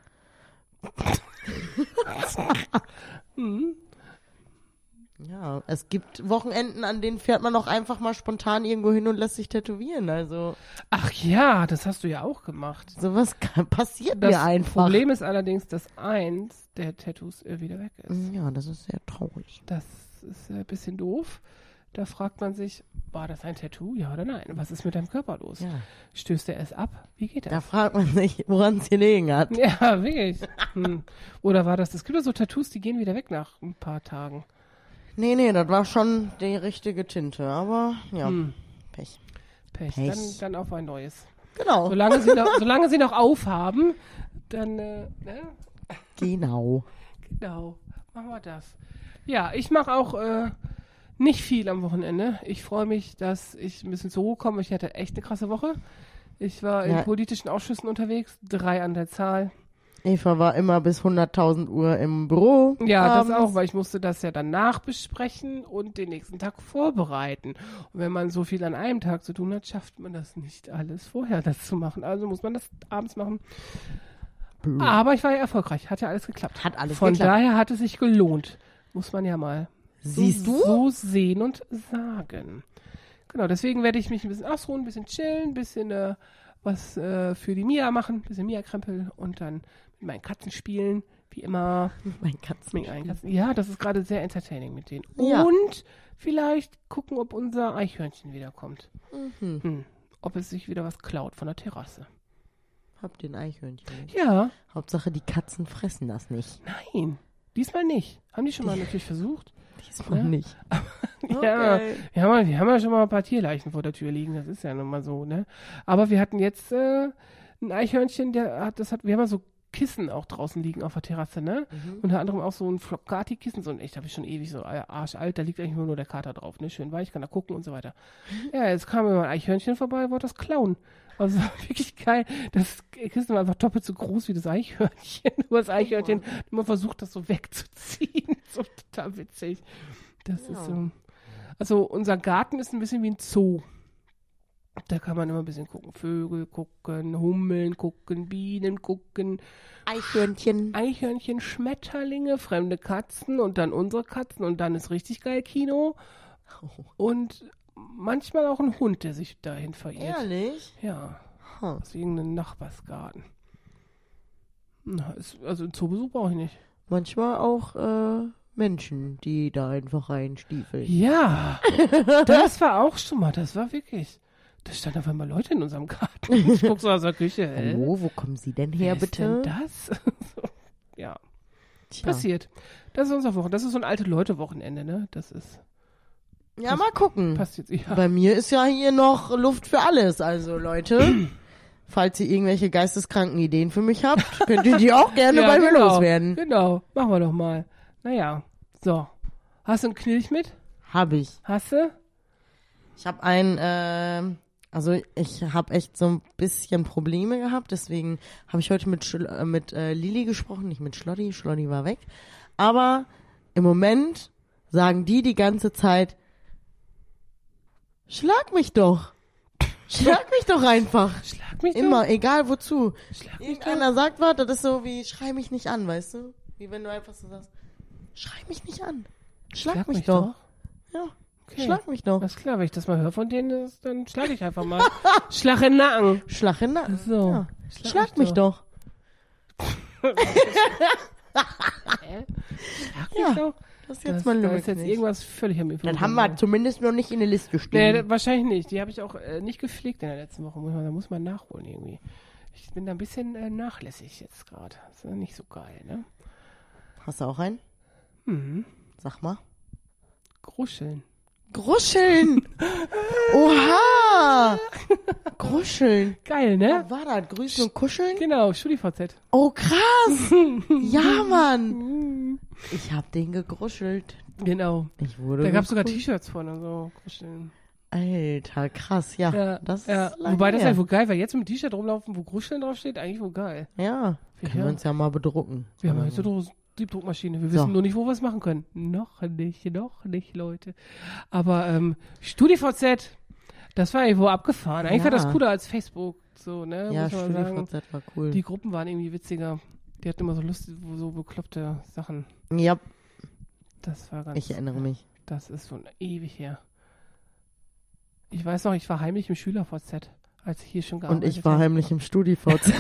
Speaker 4: Mhm.
Speaker 3: Ja, es gibt Wochenenden, an denen fährt man auch einfach mal spontan irgendwo hin und lässt sich tätowieren. Also
Speaker 4: Ach ja, das hast du ja auch gemacht.
Speaker 3: sowas kann, passiert
Speaker 4: Das
Speaker 3: mir einfach.
Speaker 4: Problem ist allerdings, dass eins der Tattoos äh, wieder weg ist.
Speaker 3: Ja, das ist sehr traurig.
Speaker 4: Das ist äh, ein bisschen doof. Da fragt man sich, war das ein Tattoo? Ja oder nein? Was ist mit deinem Körper los?
Speaker 3: Ja.
Speaker 4: Stößt er es ab? Wie geht
Speaker 3: Da
Speaker 4: das?
Speaker 3: fragt man sich, woran es gelegen hat.
Speaker 4: Ja, wirklich. Hm. Oder war das, es gibt ja so Tattoos, die gehen wieder weg nach ein paar Tagen.
Speaker 3: Nee, nee, das war schon die richtige Tinte, aber ja,
Speaker 4: Hm.
Speaker 3: Pech.
Speaker 4: Pech.
Speaker 3: Pech.
Speaker 4: Dann, dann auf ein neues.
Speaker 3: Genau.
Speaker 4: Solange sie noch, solange sie noch aufhaben, dann, äh, ne?
Speaker 3: Genau.
Speaker 4: Genau, machen wir das. Ja, ich mache auch äh, nicht viel am Wochenende. Ich freue mich, dass ich ein bisschen zur Ruhe komme. Ich hatte echt eine krasse Woche. Ich war in
Speaker 3: Ja.
Speaker 4: politischen Ausschüssen unterwegs, drei an der Zahl.
Speaker 3: Eva war immer bis hunderttausend Uhr im Büro.
Speaker 4: Ja, das
Speaker 3: abends.
Speaker 4: auch, weil ich musste das ja danach besprechen und den nächsten Tag vorbereiten. Und wenn man so viel an einem Tag zu tun hat, schafft man das nicht alles vorher, das zu machen. Also muss man das abends machen.
Speaker 3: Blöd.
Speaker 4: Aber ich war ja erfolgreich, hat ja alles geklappt.
Speaker 3: Hat alles
Speaker 4: Von
Speaker 3: geklappt.
Speaker 4: daher hat es sich gelohnt. Muss man ja mal
Speaker 3: Siehst
Speaker 4: so,
Speaker 3: du?
Speaker 4: so sehen und sagen. Genau, deswegen werde ich mich ein bisschen ausruhen, ein bisschen chillen, ein bisschen äh, was äh, für die Mia machen, ein bisschen Mia-Krempel und dann mit meinen Katzen spielen, wie immer.
Speaker 3: Mein Katzen.
Speaker 4: Mit meinen Katzen. Ja, das ist gerade sehr entertaining mit denen.
Speaker 3: Ja.
Speaker 4: Und vielleicht gucken, ob unser Eichhörnchen wiederkommt.
Speaker 3: Mhm.
Speaker 4: Hm. Ob es sich wieder was klaut von der Terrasse.
Speaker 3: Habt ihr ein Eichhörnchen? nicht?
Speaker 4: Ja,
Speaker 3: Hauptsache, die Katzen fressen das nicht.
Speaker 4: nein, diesmal nicht. Haben die schon mal natürlich versucht?
Speaker 3: Diesmal
Speaker 4: Ja.
Speaker 3: nicht.
Speaker 4: Ja,
Speaker 3: Okay.
Speaker 4: wir haben, ja- wir haben ja schon mal ein paar Tierleichen vor der Tür liegen, das ist ja nun mal so, ne? Aber wir hatten jetzt äh, ein Eichhörnchen, der hat, das hat, wir haben ja so Kissen auch draußen liegen auf der Terrasse, ne?
Speaker 3: Mhm.
Speaker 4: Unter anderem auch so ein Flocati-Kissen, so ein echt, habe ich schon ewig so äh, arschalt, da liegt eigentlich nur, nur der Kater drauf, ne? Schön weich, kann da gucken und so weiter. Ja, jetzt kam mir mal ein Eichhörnchen vorbei, wollte das klauen. Also das war wirklich geil. Das Kissen war einfach doppelt so groß wie das Eichhörnchen. Aber das Eichhörnchen hat immer versucht, das so wegzuziehen. So total witzig. Das
Speaker 3: Ja.
Speaker 4: ist so. Also unser Garten ist ein bisschen wie ein Zoo. Da kann man immer ein bisschen gucken. Vögel gucken, Hummeln gucken, Bienen gucken,
Speaker 3: Eichhörnchen.
Speaker 4: Eichhörnchen, Schmetterlinge, fremde Katzen und dann unsere Katzen und dann ist richtig geil Kino. Und manchmal auch ein Hund, der sich dahin verirrt.
Speaker 3: Ehrlich?
Speaker 4: Ja,
Speaker 3: Huh.
Speaker 4: aus irgendeinem Nachbarsgarten. Na, ist, also einen Zoobesuch brauche ich nicht.
Speaker 3: Manchmal auch äh, Menschen, die da einfach reinstiefeln.
Speaker 4: Ja, das war auch schon mal, das war wirklich. Da standen auf einmal Leute in unserem Garten. Ich guck so aus der Küche. Hä?
Speaker 3: Hallo, wo kommen Sie denn her,
Speaker 4: Wer ist
Speaker 3: bitte?
Speaker 4: denn das? So, ja,
Speaker 3: Tja.
Speaker 4: passiert. Das ist unser Wochenende. Das ist so ein alte Leute-Wochenende, ne? Das ist,
Speaker 3: Ja, mal gucken.
Speaker 4: passt jetzt. Ja.
Speaker 3: Bei mir ist ja hier noch Luft für alles. Also Leute, falls ihr irgendwelche geisteskranken Ideen für mich habt, könnt ihr die auch gerne
Speaker 4: Ja,
Speaker 3: bei mir
Speaker 4: genau,
Speaker 3: loswerden.
Speaker 4: Genau, machen wir doch mal. Naja, so. Hast du einen Knilch mit?
Speaker 3: Hab ich.
Speaker 4: Hast du?
Speaker 3: Ich habe ein, äh, also ich habe echt so ein bisschen Probleme gehabt, deswegen habe ich heute mit, Schl äh, mit äh, Lili gesprochen, nicht mit Schlotti, Schlotti war weg. Aber im Moment sagen die die ganze Zeit, schlag mich doch. Schlag mich doch einfach.
Speaker 4: Schlag mich
Speaker 3: Immer, egal wozu.
Speaker 4: doch. Schlag mich doch.
Speaker 3: Irgendeiner sagt was, das ist so wie, schrei mich nicht an, weißt du? Wie wenn du einfach so sagst, schrei mich nicht an. Schlag, mich, doch. Ja,
Speaker 4: Okay.
Speaker 3: schlag mich doch.
Speaker 4: Alles klar, wenn ich das mal höre von denen, das, dann schlage ich einfach mal. Schlag in den Nacken.
Speaker 3: Schlag in den Nacken.
Speaker 4: So.
Speaker 3: Ja.
Speaker 4: Schlag
Speaker 3: Schlag,
Speaker 4: mich
Speaker 3: mich doch.
Speaker 4: Hä? Schlag
Speaker 3: Ja,
Speaker 4: mich doch.
Speaker 3: Das ist jetzt
Speaker 4: Das,
Speaker 3: mal
Speaker 4: da
Speaker 3: los.
Speaker 4: ist jetzt irgendwas völlig am
Speaker 3: Das haben wir zumindest noch nicht in der Liste stehen.
Speaker 4: Nee, das, wahrscheinlich nicht. Die habe ich auch äh, nicht gepflegt in der letzten Woche. Muss man, da muss man nachholen irgendwie. Ich bin da ein bisschen äh, nachlässig jetzt gerade. Das ist nicht so geil, ne?
Speaker 3: Hast du auch einen?
Speaker 4: Mhm.
Speaker 3: Sag mal.
Speaker 4: Gruscheln.
Speaker 3: Gruscheln! Oha! Gruscheln.
Speaker 4: Geil, ne?
Speaker 3: Was war das? Grüßen und kuscheln?
Speaker 4: Genau, StudiVZ.
Speaker 3: Oh, krass! Ja, Mann! Ich hab den gegruschelt.
Speaker 4: Genau.
Speaker 3: Ich wurde
Speaker 4: Da gab es sogar
Speaker 3: gegruschelt.
Speaker 4: T-Shirts von und so. Gruscheln.
Speaker 3: Alter, krass. Ja,
Speaker 4: Ja,
Speaker 3: das
Speaker 4: ja.
Speaker 3: ist lange
Speaker 4: Wobei das
Speaker 3: her.
Speaker 4: eigentlich wohl geil, weil jetzt mit dem T-Shirt rumlaufen, wo Gruscheln draufsteht, eigentlich wohl geil.
Speaker 3: Ja, können
Speaker 4: Ja.
Speaker 3: wir uns ja mal bedrucken.
Speaker 4: Wir haben jetzt eine Siebdruckmaschine. Wir
Speaker 3: So.
Speaker 4: wissen nur nicht, wo wir es machen können. Noch nicht, noch nicht, Leute. Aber ähm, StudiVZ, das war irgendwo abgefahren. Eigentlich war
Speaker 3: Ja.
Speaker 4: das cooler als Facebook. So, ne?
Speaker 3: Ja,
Speaker 4: muss man sagen.
Speaker 3: StudiVZ war cool.
Speaker 4: Die Gruppen waren irgendwie witziger. Die hatten immer so lustige, so bekloppte Sachen.
Speaker 3: Ja,
Speaker 4: Das war ganz.
Speaker 3: ich erinnere mich.
Speaker 4: Das ist schon ewig her. Ich weiß noch, ich war heimlich im SchülerVZ, als ich hier schon
Speaker 3: Und
Speaker 4: gearbeitet
Speaker 3: ich war
Speaker 4: habe.
Speaker 3: heimlich im StudiVZ.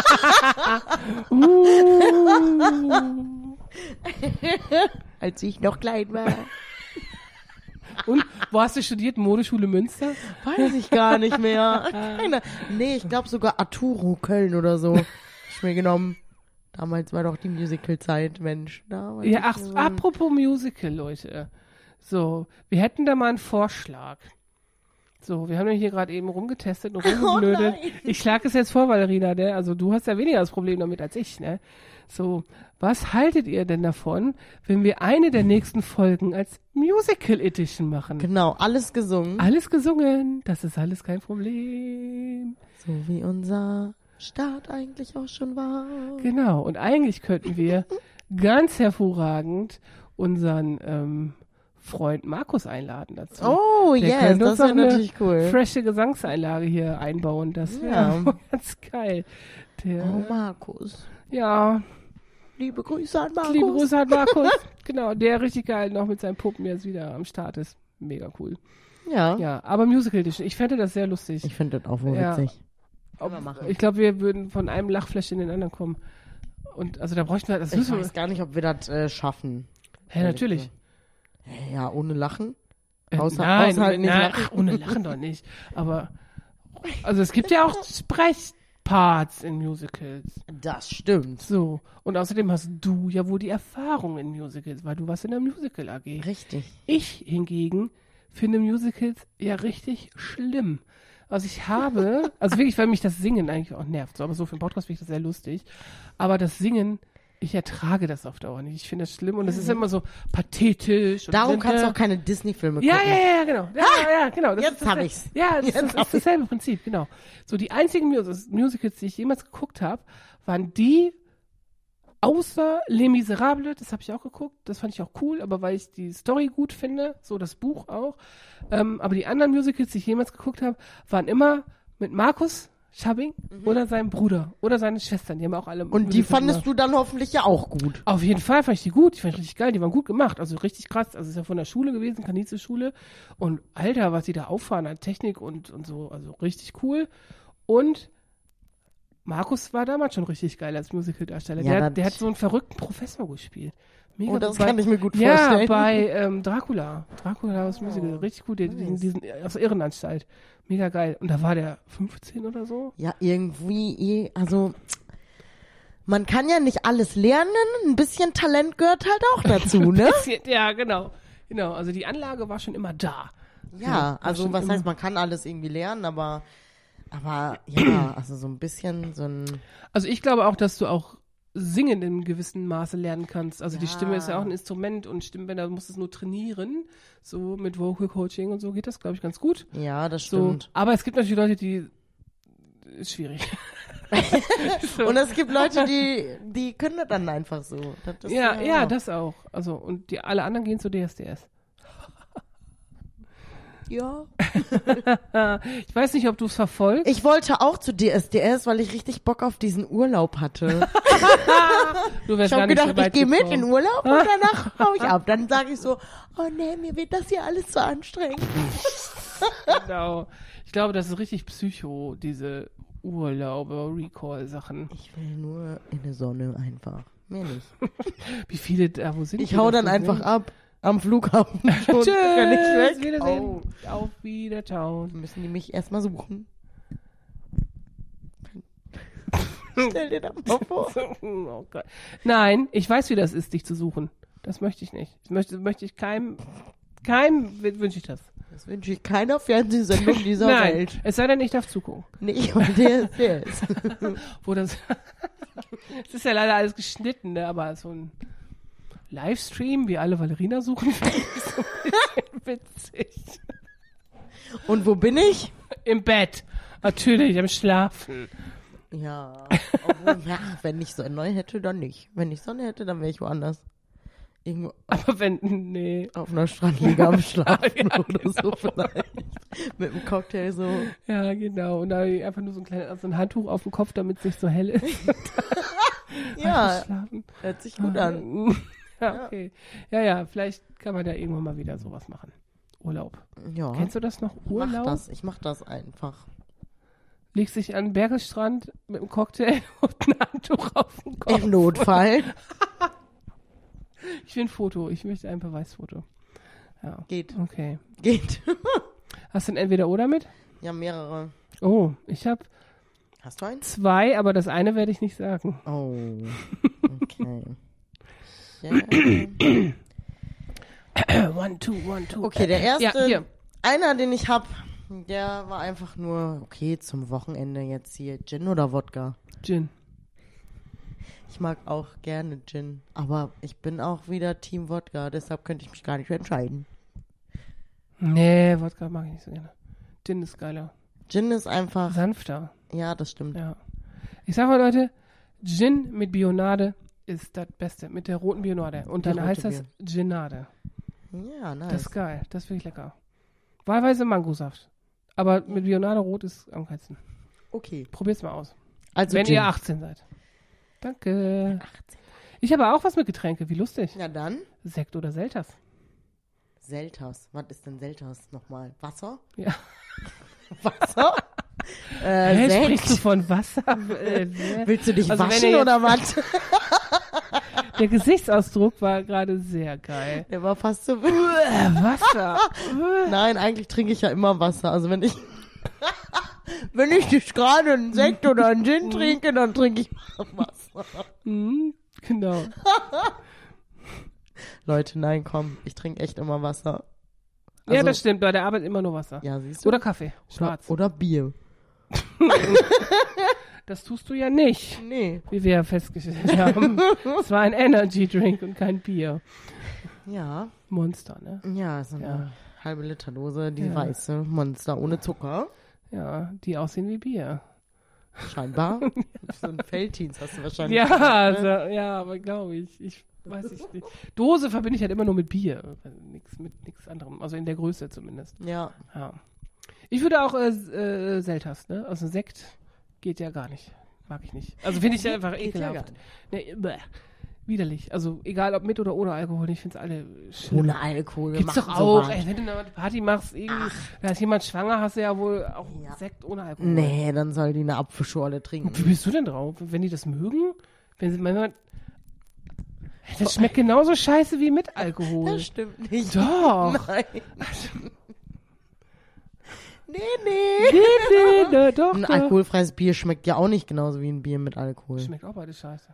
Speaker 4: Uh.
Speaker 3: Als ich noch klein war.
Speaker 4: Und, wo hast du studiert? Modeschule Münster?
Speaker 3: Weiß ich gar nicht mehr. Keine. Nee, ich glaube sogar Arturo Köln oder so. Hab ich mir genommen. Damals war doch die Musical-Zeit, Mensch. Da war
Speaker 4: Ja,
Speaker 3: ich
Speaker 4: ach,
Speaker 3: so-
Speaker 4: apropos Musical, Leute. So, wir hätten da mal einen Vorschlag. So, wir haben ja hier gerade eben rumgetestet und rumgeblödet.
Speaker 3: Oh nein.
Speaker 4: Ich schlage es jetzt vor, Valerina, ne? Also du hast ja weniger das Problem damit als ich, ne? So, was haltet ihr denn davon, wenn wir eine der nächsten Folgen als Musical Edition machen?
Speaker 3: Genau, alles gesungen.
Speaker 4: Alles gesungen, das ist alles kein Problem.
Speaker 3: So wie unser Start eigentlich auch schon war.
Speaker 4: Genau, und eigentlich könnten wir ganz hervorragend unseren ähm, Freund Markus einladen dazu.
Speaker 3: Oh,
Speaker 4: Der
Speaker 3: yes,
Speaker 4: könnte
Speaker 3: das
Speaker 4: uns
Speaker 3: wäre
Speaker 4: auch eine
Speaker 3: natürlich cool.
Speaker 4: Frische Gesangseinlage hier einbauen, das wäre
Speaker 3: Ja.
Speaker 4: ganz geil. Der,
Speaker 3: Oh, Markus.
Speaker 4: ja,
Speaker 3: Liebe Grüße an Markus.
Speaker 4: liebe Grüße an Markus. Genau, der richtig geil noch mit seinen Puppen jetzt wieder am Start ist. Mega cool.
Speaker 3: Ja,
Speaker 4: Ja, aber Musical Edition, ich fände das sehr lustig.
Speaker 3: ich finde das auch wohl
Speaker 4: Ja.
Speaker 3: witzig.
Speaker 4: Ob,
Speaker 3: wir machen.
Speaker 4: ich glaube, wir würden von einem Lachflash in den anderen kommen. Und also da bräuchten wir, das
Speaker 3: Ich
Speaker 4: müssen wir.
Speaker 3: weiß gar nicht, ob wir das äh, schaffen.
Speaker 4: Hä, natürlich.
Speaker 3: Hä, Ja, ohne Lachen.
Speaker 4: Äh,
Speaker 3: Außer-
Speaker 4: nein,
Speaker 3: außer halt nicht
Speaker 4: nein,
Speaker 3: lachen.
Speaker 4: ach, ohne Lachen doch nicht. Aber, also es gibt ja auch Sprechparts in Musicals.
Speaker 3: Das stimmt.
Speaker 4: So. Und außerdem hast du ja wohl die Erfahrung in Musicals, weil du warst in der Musical A G.
Speaker 3: Richtig.
Speaker 4: Ich hingegen finde Musicals ja richtig schlimm. Also ich habe, also wirklich, weil mich das Singen eigentlich auch nervt, so, aber so für einen Podcast finde ich das sehr lustig. Aber das Singen, ich ertrage das auf Dauer nicht. Ich finde das schlimm und es ist immer so pathetisch. Und
Speaker 3: Darum
Speaker 4: sind,
Speaker 3: kannst du
Speaker 4: äh,
Speaker 3: auch keine Disney-Filme gucken.
Speaker 4: Ja, ja, ja, genau. Ja, ja, ja, genau. Das
Speaker 3: Jetzt
Speaker 4: ist das,
Speaker 3: hab ich's.
Speaker 4: Ja, das,
Speaker 3: Jetzt
Speaker 4: das
Speaker 3: hab
Speaker 4: ist dasselbe Prinzip, genau. So, die einzigen Mus- Musicals, die ich jemals geguckt habe, waren die, außer Les Miserables, das habe ich auch geguckt, das fand ich auch cool, aber weil ich die Story gut finde, so das Buch auch. Ähm, aber die anderen Musicals, die ich jemals geguckt habe, waren immer mit Markus Schabbing mhm. oder seinem Bruder oder seine Schwestern. Die haben auch alle
Speaker 3: Und die
Speaker 4: Musicals
Speaker 3: fandest
Speaker 4: gemacht.
Speaker 3: du dann hoffentlich ja auch gut.
Speaker 4: Auf jeden Fall fand ich die gut, die fand ich richtig geil, die waren gut gemacht, also richtig krass, also ist ja von der Schule gewesen, Kanitze-Schule und Alter, was die da auffahren an Technik und, und so, also richtig cool und Markus war damals schon richtig geil als Musicaldarsteller,
Speaker 3: Ja,
Speaker 4: der, der hat
Speaker 3: das-
Speaker 4: so einen verrückten Professor gespielt. Mega
Speaker 3: Oh, das
Speaker 4: bei,
Speaker 3: kann ich mir gut
Speaker 4: ja,
Speaker 3: vorstellen.
Speaker 4: bei ähm, Dracula, Dracula aus Musical, richtig gut, der, diesen,
Speaker 3: nice.
Speaker 4: diesen, aus der Irrenanstalt, mega geil und da war der fünfzehn oder so.
Speaker 3: Ja, irgendwie, eh, also man kann ja nicht alles lernen, ein bisschen Talent gehört halt auch dazu, ne?
Speaker 4: Ja, genau, genau, also die Anlage war schon immer da.
Speaker 3: Ja, also
Speaker 4: schon
Speaker 3: was
Speaker 4: immer-
Speaker 3: heißt, man kann alles irgendwie lernen, aber aber ja, also so ein bisschen so ein
Speaker 4: Also ich glaube auch, dass du auch Singen in gewissem Maße lernen kannst. Also die
Speaker 3: Ja.
Speaker 4: Stimme ist ja auch ein Instrument und Stimmbänder musst es nur trainieren. So mit Vocal Coaching und so geht das, glaube ich, ganz gut.
Speaker 3: ja, das
Speaker 4: So,
Speaker 3: stimmt.
Speaker 4: aber es gibt natürlich Leute, die ist schwierig. so.
Speaker 3: Und es gibt Leute, die die können das dann einfach so. Das ist
Speaker 4: ja, ja, das auch. Also und die alle anderen gehen zu D S D S.
Speaker 3: ja.
Speaker 4: Ich weiß nicht, ob du es verfolgst.
Speaker 3: Ich wollte auch zu D S D S, weil ich richtig Bock auf diesen Urlaub hatte.
Speaker 4: Du wärst
Speaker 3: Ich
Speaker 4: gar
Speaker 3: habe
Speaker 4: nicht
Speaker 3: gedacht,
Speaker 4: so weit
Speaker 3: ich gehe mit in
Speaker 4: gekommen.
Speaker 3: Urlaub und danach hau ich ab. Dann sage ich so, oh nee, mir wird das hier alles zu anstrengend.
Speaker 4: Genau. Ich glaube, das ist richtig Psycho, diese Urlaube, Recall-Sachen.
Speaker 3: Ich will nur in der Sonne einfach. Mehr nicht.
Speaker 4: Wie viele da, wo sind
Speaker 3: Ich
Speaker 4: die,
Speaker 3: hau
Speaker 4: dass
Speaker 3: dann
Speaker 4: du
Speaker 3: einfach
Speaker 4: singst?
Speaker 3: ab. Am Flughafen schon.
Speaker 4: Tschüss,
Speaker 3: Kann ich weg.
Speaker 4: Wiedersehen.
Speaker 3: Oh.
Speaker 4: Auf Wiederschauen.
Speaker 3: Müssen die mich erstmal suchen. Stell dir das mal vor.
Speaker 4: Oh Gott. Nein, ich weiß, wie das ist, dich zu suchen. Das möchte ich nicht. Das möchte, möchte ich keinem, keinem wünsche ich das.
Speaker 3: Das wünsche ich keiner Fernsehsendung dieser
Speaker 4: Nein,
Speaker 3: Welt.
Speaker 4: es sei denn, ich darf zugucken.
Speaker 3: Nee, und der, der ist.
Speaker 4: Wo das, es ist ja leider alles geschnitten, ne? Aber so ein Livestream, wie alle Valerina suchen, finde ich so ein bisschen witzig.
Speaker 3: Und wo bin ich?
Speaker 4: Im Bett. Natürlich, am Schlafen.
Speaker 3: Ja, obwohl, ja, wenn ich Sonne hätte, dann nicht. Wenn ich Sonne hätte, dann wäre ich woanders. Irgendwo
Speaker 4: Aber wenn, nee.
Speaker 3: auf einer Strandliege am Schlafen
Speaker 4: Ja,
Speaker 3: oder so
Speaker 4: genau.
Speaker 3: vielleicht. Mit einem Cocktail so.
Speaker 4: Ja, genau. Und da einfach nur so ein kleines, so ein Handtuch auf dem Kopf, damit es nicht so hell ist.
Speaker 3: Ja,
Speaker 4: Schlafen.
Speaker 3: hört sich gut an.
Speaker 4: Ja, okay. Ja, ja, vielleicht kann man da irgendwann mal wieder sowas machen. Urlaub.
Speaker 3: Ja,
Speaker 4: Kennst du das noch?
Speaker 3: mach
Speaker 4: Urlaub?
Speaker 3: das. Ich mach das einfach.
Speaker 4: Legst dich an den Bergesstrand mit einem Cocktail und ein Handtuch auf den Kopf.
Speaker 3: Im Notfall.
Speaker 4: Ich will ein Foto. Ich möchte ein Beweisfoto. Ja.
Speaker 3: Geht.
Speaker 4: Okay.
Speaker 3: Geht.
Speaker 4: Hast du ein Entweder-Oder mit?
Speaker 3: Ja, mehrere.
Speaker 4: Oh, ich habe
Speaker 3: Hast du eins?
Speaker 4: zwei, aber das eine werde ich nicht sagen.
Speaker 3: Oh. Okay. Ja.
Speaker 4: One, two, one, two.
Speaker 3: Okay, der erste,
Speaker 4: Ja, hier.
Speaker 3: einer, den ich hab, der war einfach nur, okay, zum Wochenende jetzt hier Gin oder Wodka.
Speaker 4: Gin.
Speaker 3: Ich mag auch gerne Gin, aber ich bin auch wieder Team Wodka, deshalb könnte ich mich gar nicht entscheiden.
Speaker 4: Nee, Wodka mag ich nicht so gerne. Gin ist geiler.
Speaker 3: Gin ist einfach,
Speaker 4: Sanfter.
Speaker 3: ja, das stimmt.
Speaker 4: Ja. Ich sag mal, Leute, Gin mit Bionade ist das Beste. Mit der roten Bionade. Und
Speaker 3: Die
Speaker 4: dann
Speaker 3: rote
Speaker 4: heißt das
Speaker 3: Bier.
Speaker 4: Ginade.
Speaker 3: Ja, nice.
Speaker 4: Das ist geil. Das finde ich lecker. Wahlweise Mangosaft. Aber mit Bionade rot ist am geilsten.
Speaker 3: okay.
Speaker 4: Probiert's mal aus.
Speaker 3: Also
Speaker 4: Wenn
Speaker 3: Gin.
Speaker 4: ihr achtzehn seid. Danke. Ich habe auch was mit Getränke. Wie lustig.
Speaker 3: Ja, dann
Speaker 4: Sekt oder Selters.
Speaker 3: Selters. Was ist denn Selters nochmal? Wasser?
Speaker 4: Ja.
Speaker 3: Wasser? äh,
Speaker 4: Hä,
Speaker 3: Sekt?
Speaker 4: sprichst du von Wasser? äh,
Speaker 3: Willst du dich
Speaker 4: Also wenn
Speaker 3: waschen
Speaker 4: ihr jetzt-
Speaker 3: oder was?
Speaker 4: Der Gesichtsausdruck war gerade sehr geil.
Speaker 3: Der war fast so.
Speaker 4: Äh, Wasser.
Speaker 3: Nein, eigentlich trinke ich ja immer Wasser. Also wenn ich wenn ich nicht gerade einen Sekt oder einen Gin trinke, dann trinke ich Wasser.
Speaker 4: Mhm, genau.
Speaker 3: Leute, nein, komm, ich trinke echt immer Wasser. Also,
Speaker 4: ja, das stimmt. Bei der Arbeit immer nur Wasser.
Speaker 3: Ja, siehst du?
Speaker 4: Oder Kaffee. Schwarz.
Speaker 3: Oder, oder Bier.
Speaker 4: Das tust du ja nicht.
Speaker 3: Nee.
Speaker 4: Wie wir ja festgestellt haben. Es war ein Energy Drink und kein Bier.
Speaker 3: Ja.
Speaker 4: Monster, ne?
Speaker 3: Ja, so eine
Speaker 4: Ja.
Speaker 3: halbe Liter Dose, die
Speaker 4: Ja.
Speaker 3: weiße Monster ohne Zucker.
Speaker 4: Ja, die aussehen wie Bier.
Speaker 3: Scheinbar. So ein Felddienst hast du wahrscheinlich.
Speaker 4: Ja,
Speaker 3: gesagt,
Speaker 4: also,
Speaker 3: ne?
Speaker 4: ja, aber glaube ich. Ich weiß ich nicht. Dose verbinde ich halt immer nur mit Bier. Nix mit nichts anderem. Also in der Größe zumindest.
Speaker 3: Ja.
Speaker 4: Ja. Ich würde auch äh, äh, Selters, ne? Also Sekt geht ja gar nicht. Mag ich nicht. Also finde ich ja einfach
Speaker 3: Geht ja
Speaker 4: ekelhaft. Nee, bäh. Widerlich. Also egal ob mit oder ohne Alkohol, ich finde es alle schlimm.
Speaker 3: Ohne Alkohol. wir
Speaker 4: Gibt's doch
Speaker 3: machen
Speaker 4: auch.
Speaker 3: sowas.
Speaker 4: Ey, wenn du eine Party machst, irgendwie, da ist jemand schwanger, hast du ja wohl auch
Speaker 3: Ja.
Speaker 4: Sekt ohne Alkohol.
Speaker 3: Nee, dann soll die eine Apfelschorle trinken.
Speaker 4: Wie bist du denn drauf? Wenn die das mögen? Wenn sie manchmal. Das schmeckt genauso scheiße wie mit Alkohol.
Speaker 3: Das stimmt nicht.
Speaker 4: Doch.
Speaker 3: Nein. nee, nee.
Speaker 4: Nee, nee, nee, doch,
Speaker 3: Ein
Speaker 4: doch.
Speaker 3: alkoholfreies Bier schmeckt ja auch nicht genauso wie ein Bier mit Alkohol.
Speaker 4: Schmeckt auch beides scheiße.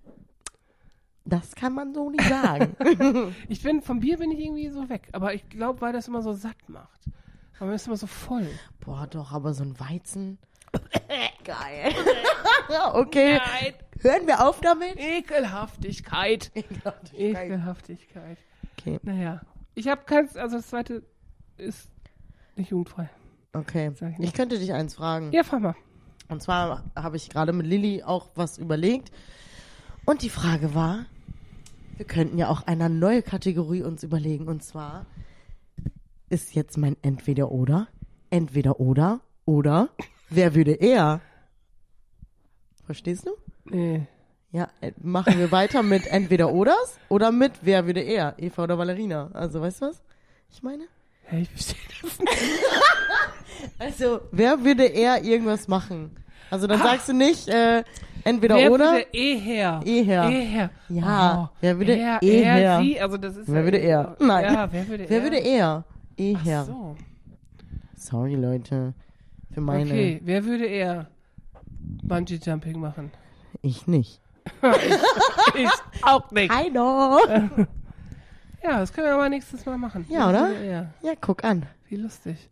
Speaker 3: Das kann man so nicht sagen.
Speaker 4: Ich bin, vom Bier bin ich irgendwie so weg. Aber ich glaube, weil das immer so satt macht. Aber man ist immer so voll.
Speaker 3: Boah, doch, aber so ein Weizen. Geil. Okay,
Speaker 4: Nein.
Speaker 3: hören wir auf damit?
Speaker 4: Ekelhaftigkeit.
Speaker 3: Ekelhaftigkeit.
Speaker 4: Ekelhaftigkeit.
Speaker 3: Okay,
Speaker 4: Naja. Ich habe keins, also das zweite ist nicht jugendfrei.
Speaker 3: okay.
Speaker 4: Sag ich nicht.
Speaker 3: Ich könnte dich eins fragen.
Speaker 4: Ja, frag mal.
Speaker 3: Und zwar habe ich gerade mit Lilly auch was überlegt. Und die Frage war, wir könnten ja auch eine neue Kategorie uns überlegen. Und zwar ist jetzt mein Entweder-Oder. Entweder-Oder oder wer würde eher? Verstehst du?
Speaker 4: Nee.
Speaker 3: Ja, äh, machen wir weiter mit Entweder-Oders oder mit wer würde eher? Eva oder Valerina? Also, weißt du was ich meine?
Speaker 4: Hey, ich verstehe das nicht.
Speaker 3: Also, wer würde eher irgendwas machen? Also, dann
Speaker 4: Ah.
Speaker 3: sagst du nicht äh, entweder
Speaker 4: Wer
Speaker 3: oder.
Speaker 4: würde eher?
Speaker 3: Eher.
Speaker 4: Eher.
Speaker 3: Ja,
Speaker 4: Oh,
Speaker 3: wer würde
Speaker 4: er,
Speaker 3: eher?
Speaker 4: Er, sie, also das ist
Speaker 3: Wer
Speaker 4: ja,
Speaker 3: würde eher? Nein.
Speaker 4: Ja, wer würde
Speaker 3: Wer
Speaker 4: eher?
Speaker 3: würde eher? Eher.
Speaker 4: Ach so.
Speaker 3: Sorry, Leute. Für meine.
Speaker 4: Okay, wer würde eher Bungee Jumping machen?
Speaker 3: Ich nicht.
Speaker 4: Ich auch nicht.
Speaker 3: I know.
Speaker 4: Ja, das können wir aber nächstes Mal machen.
Speaker 3: Ja,
Speaker 4: Wer
Speaker 3: oder?
Speaker 4: würde eher?
Speaker 3: Ja, guck an.
Speaker 4: Wie lustig.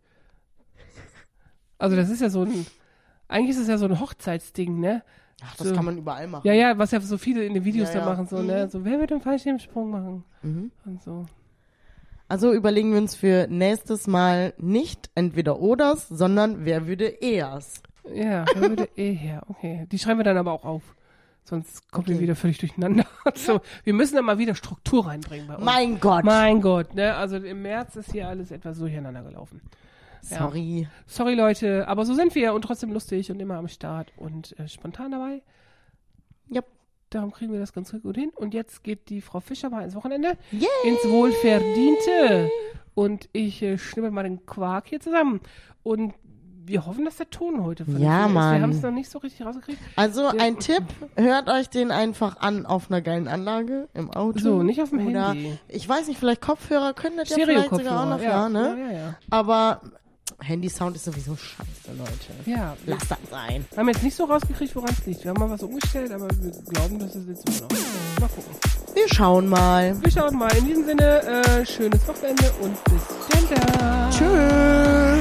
Speaker 4: Also das ist ja so ein, eigentlich ist es ja so ein Hochzeitsding, ne?
Speaker 3: Ach, das
Speaker 4: So.
Speaker 3: kann man überall machen.
Speaker 4: Ja, ja, was ja so viele in den Videos
Speaker 3: Ja,
Speaker 4: da
Speaker 3: ja.
Speaker 4: machen, so, ne? So, wer wird den Fallschirmsprung machen?
Speaker 3: Mhm.
Speaker 4: Und so.
Speaker 3: Also überlegen wir uns für nächstes Mal nicht entweder oders, sondern wer würde ehrs.
Speaker 4: Ja, wer würde eher? Okay. Die schreiben wir dann aber auch auf. Sonst kommt
Speaker 3: Okay.
Speaker 4: wir wieder völlig durcheinander. So, wir müssen da mal wieder Struktur reinbringen bei uns.
Speaker 3: Mein Gott.
Speaker 4: Mein Gott, ne? Also im März ist hier alles etwas durcheinander gelaufen. Ja.
Speaker 3: Sorry.
Speaker 4: Sorry, Leute, aber so sind wir und trotzdem lustig und immer am Start und äh, spontan dabei.
Speaker 3: Ja.
Speaker 4: Darum kriegen wir das ganz gut hin. Und jetzt geht die Frau Fischer mal ins Wochenende.
Speaker 3: Yay.
Speaker 4: Ins Wohlverdiente. Und ich äh, schnibbel mal den Quark hier zusammen. Und wir hoffen, dass der Ton heute vernünftig
Speaker 3: Ja,
Speaker 4: ist.
Speaker 3: Mann.
Speaker 4: Wir haben es noch nicht so richtig rausgekriegt.
Speaker 3: Also
Speaker 4: Ja.
Speaker 3: ein Tipp, hört euch den einfach an auf einer geilen Anlage im Auto.
Speaker 4: So, nicht auf dem
Speaker 3: oder,
Speaker 4: Handy.
Speaker 3: Ich weiß nicht, vielleicht Kopfhörer können das ja vielleicht sogar auch noch, ja, ne?
Speaker 4: Ja, ja, ja.
Speaker 3: Aber Handy-Sound ist sowieso scheiße, Leute.
Speaker 4: Ja, wir
Speaker 3: Lass das sein.
Speaker 4: haben jetzt nicht so rausgekriegt, woran es liegt. Wir haben mal was umgestellt, aber wir glauben, dass es jetzt immer noch. Mal gucken.
Speaker 3: Wir schauen mal.
Speaker 4: Wir schauen mal. In diesem Sinne, äh, schönes Wochenende und bis dann.
Speaker 3: Tschüss.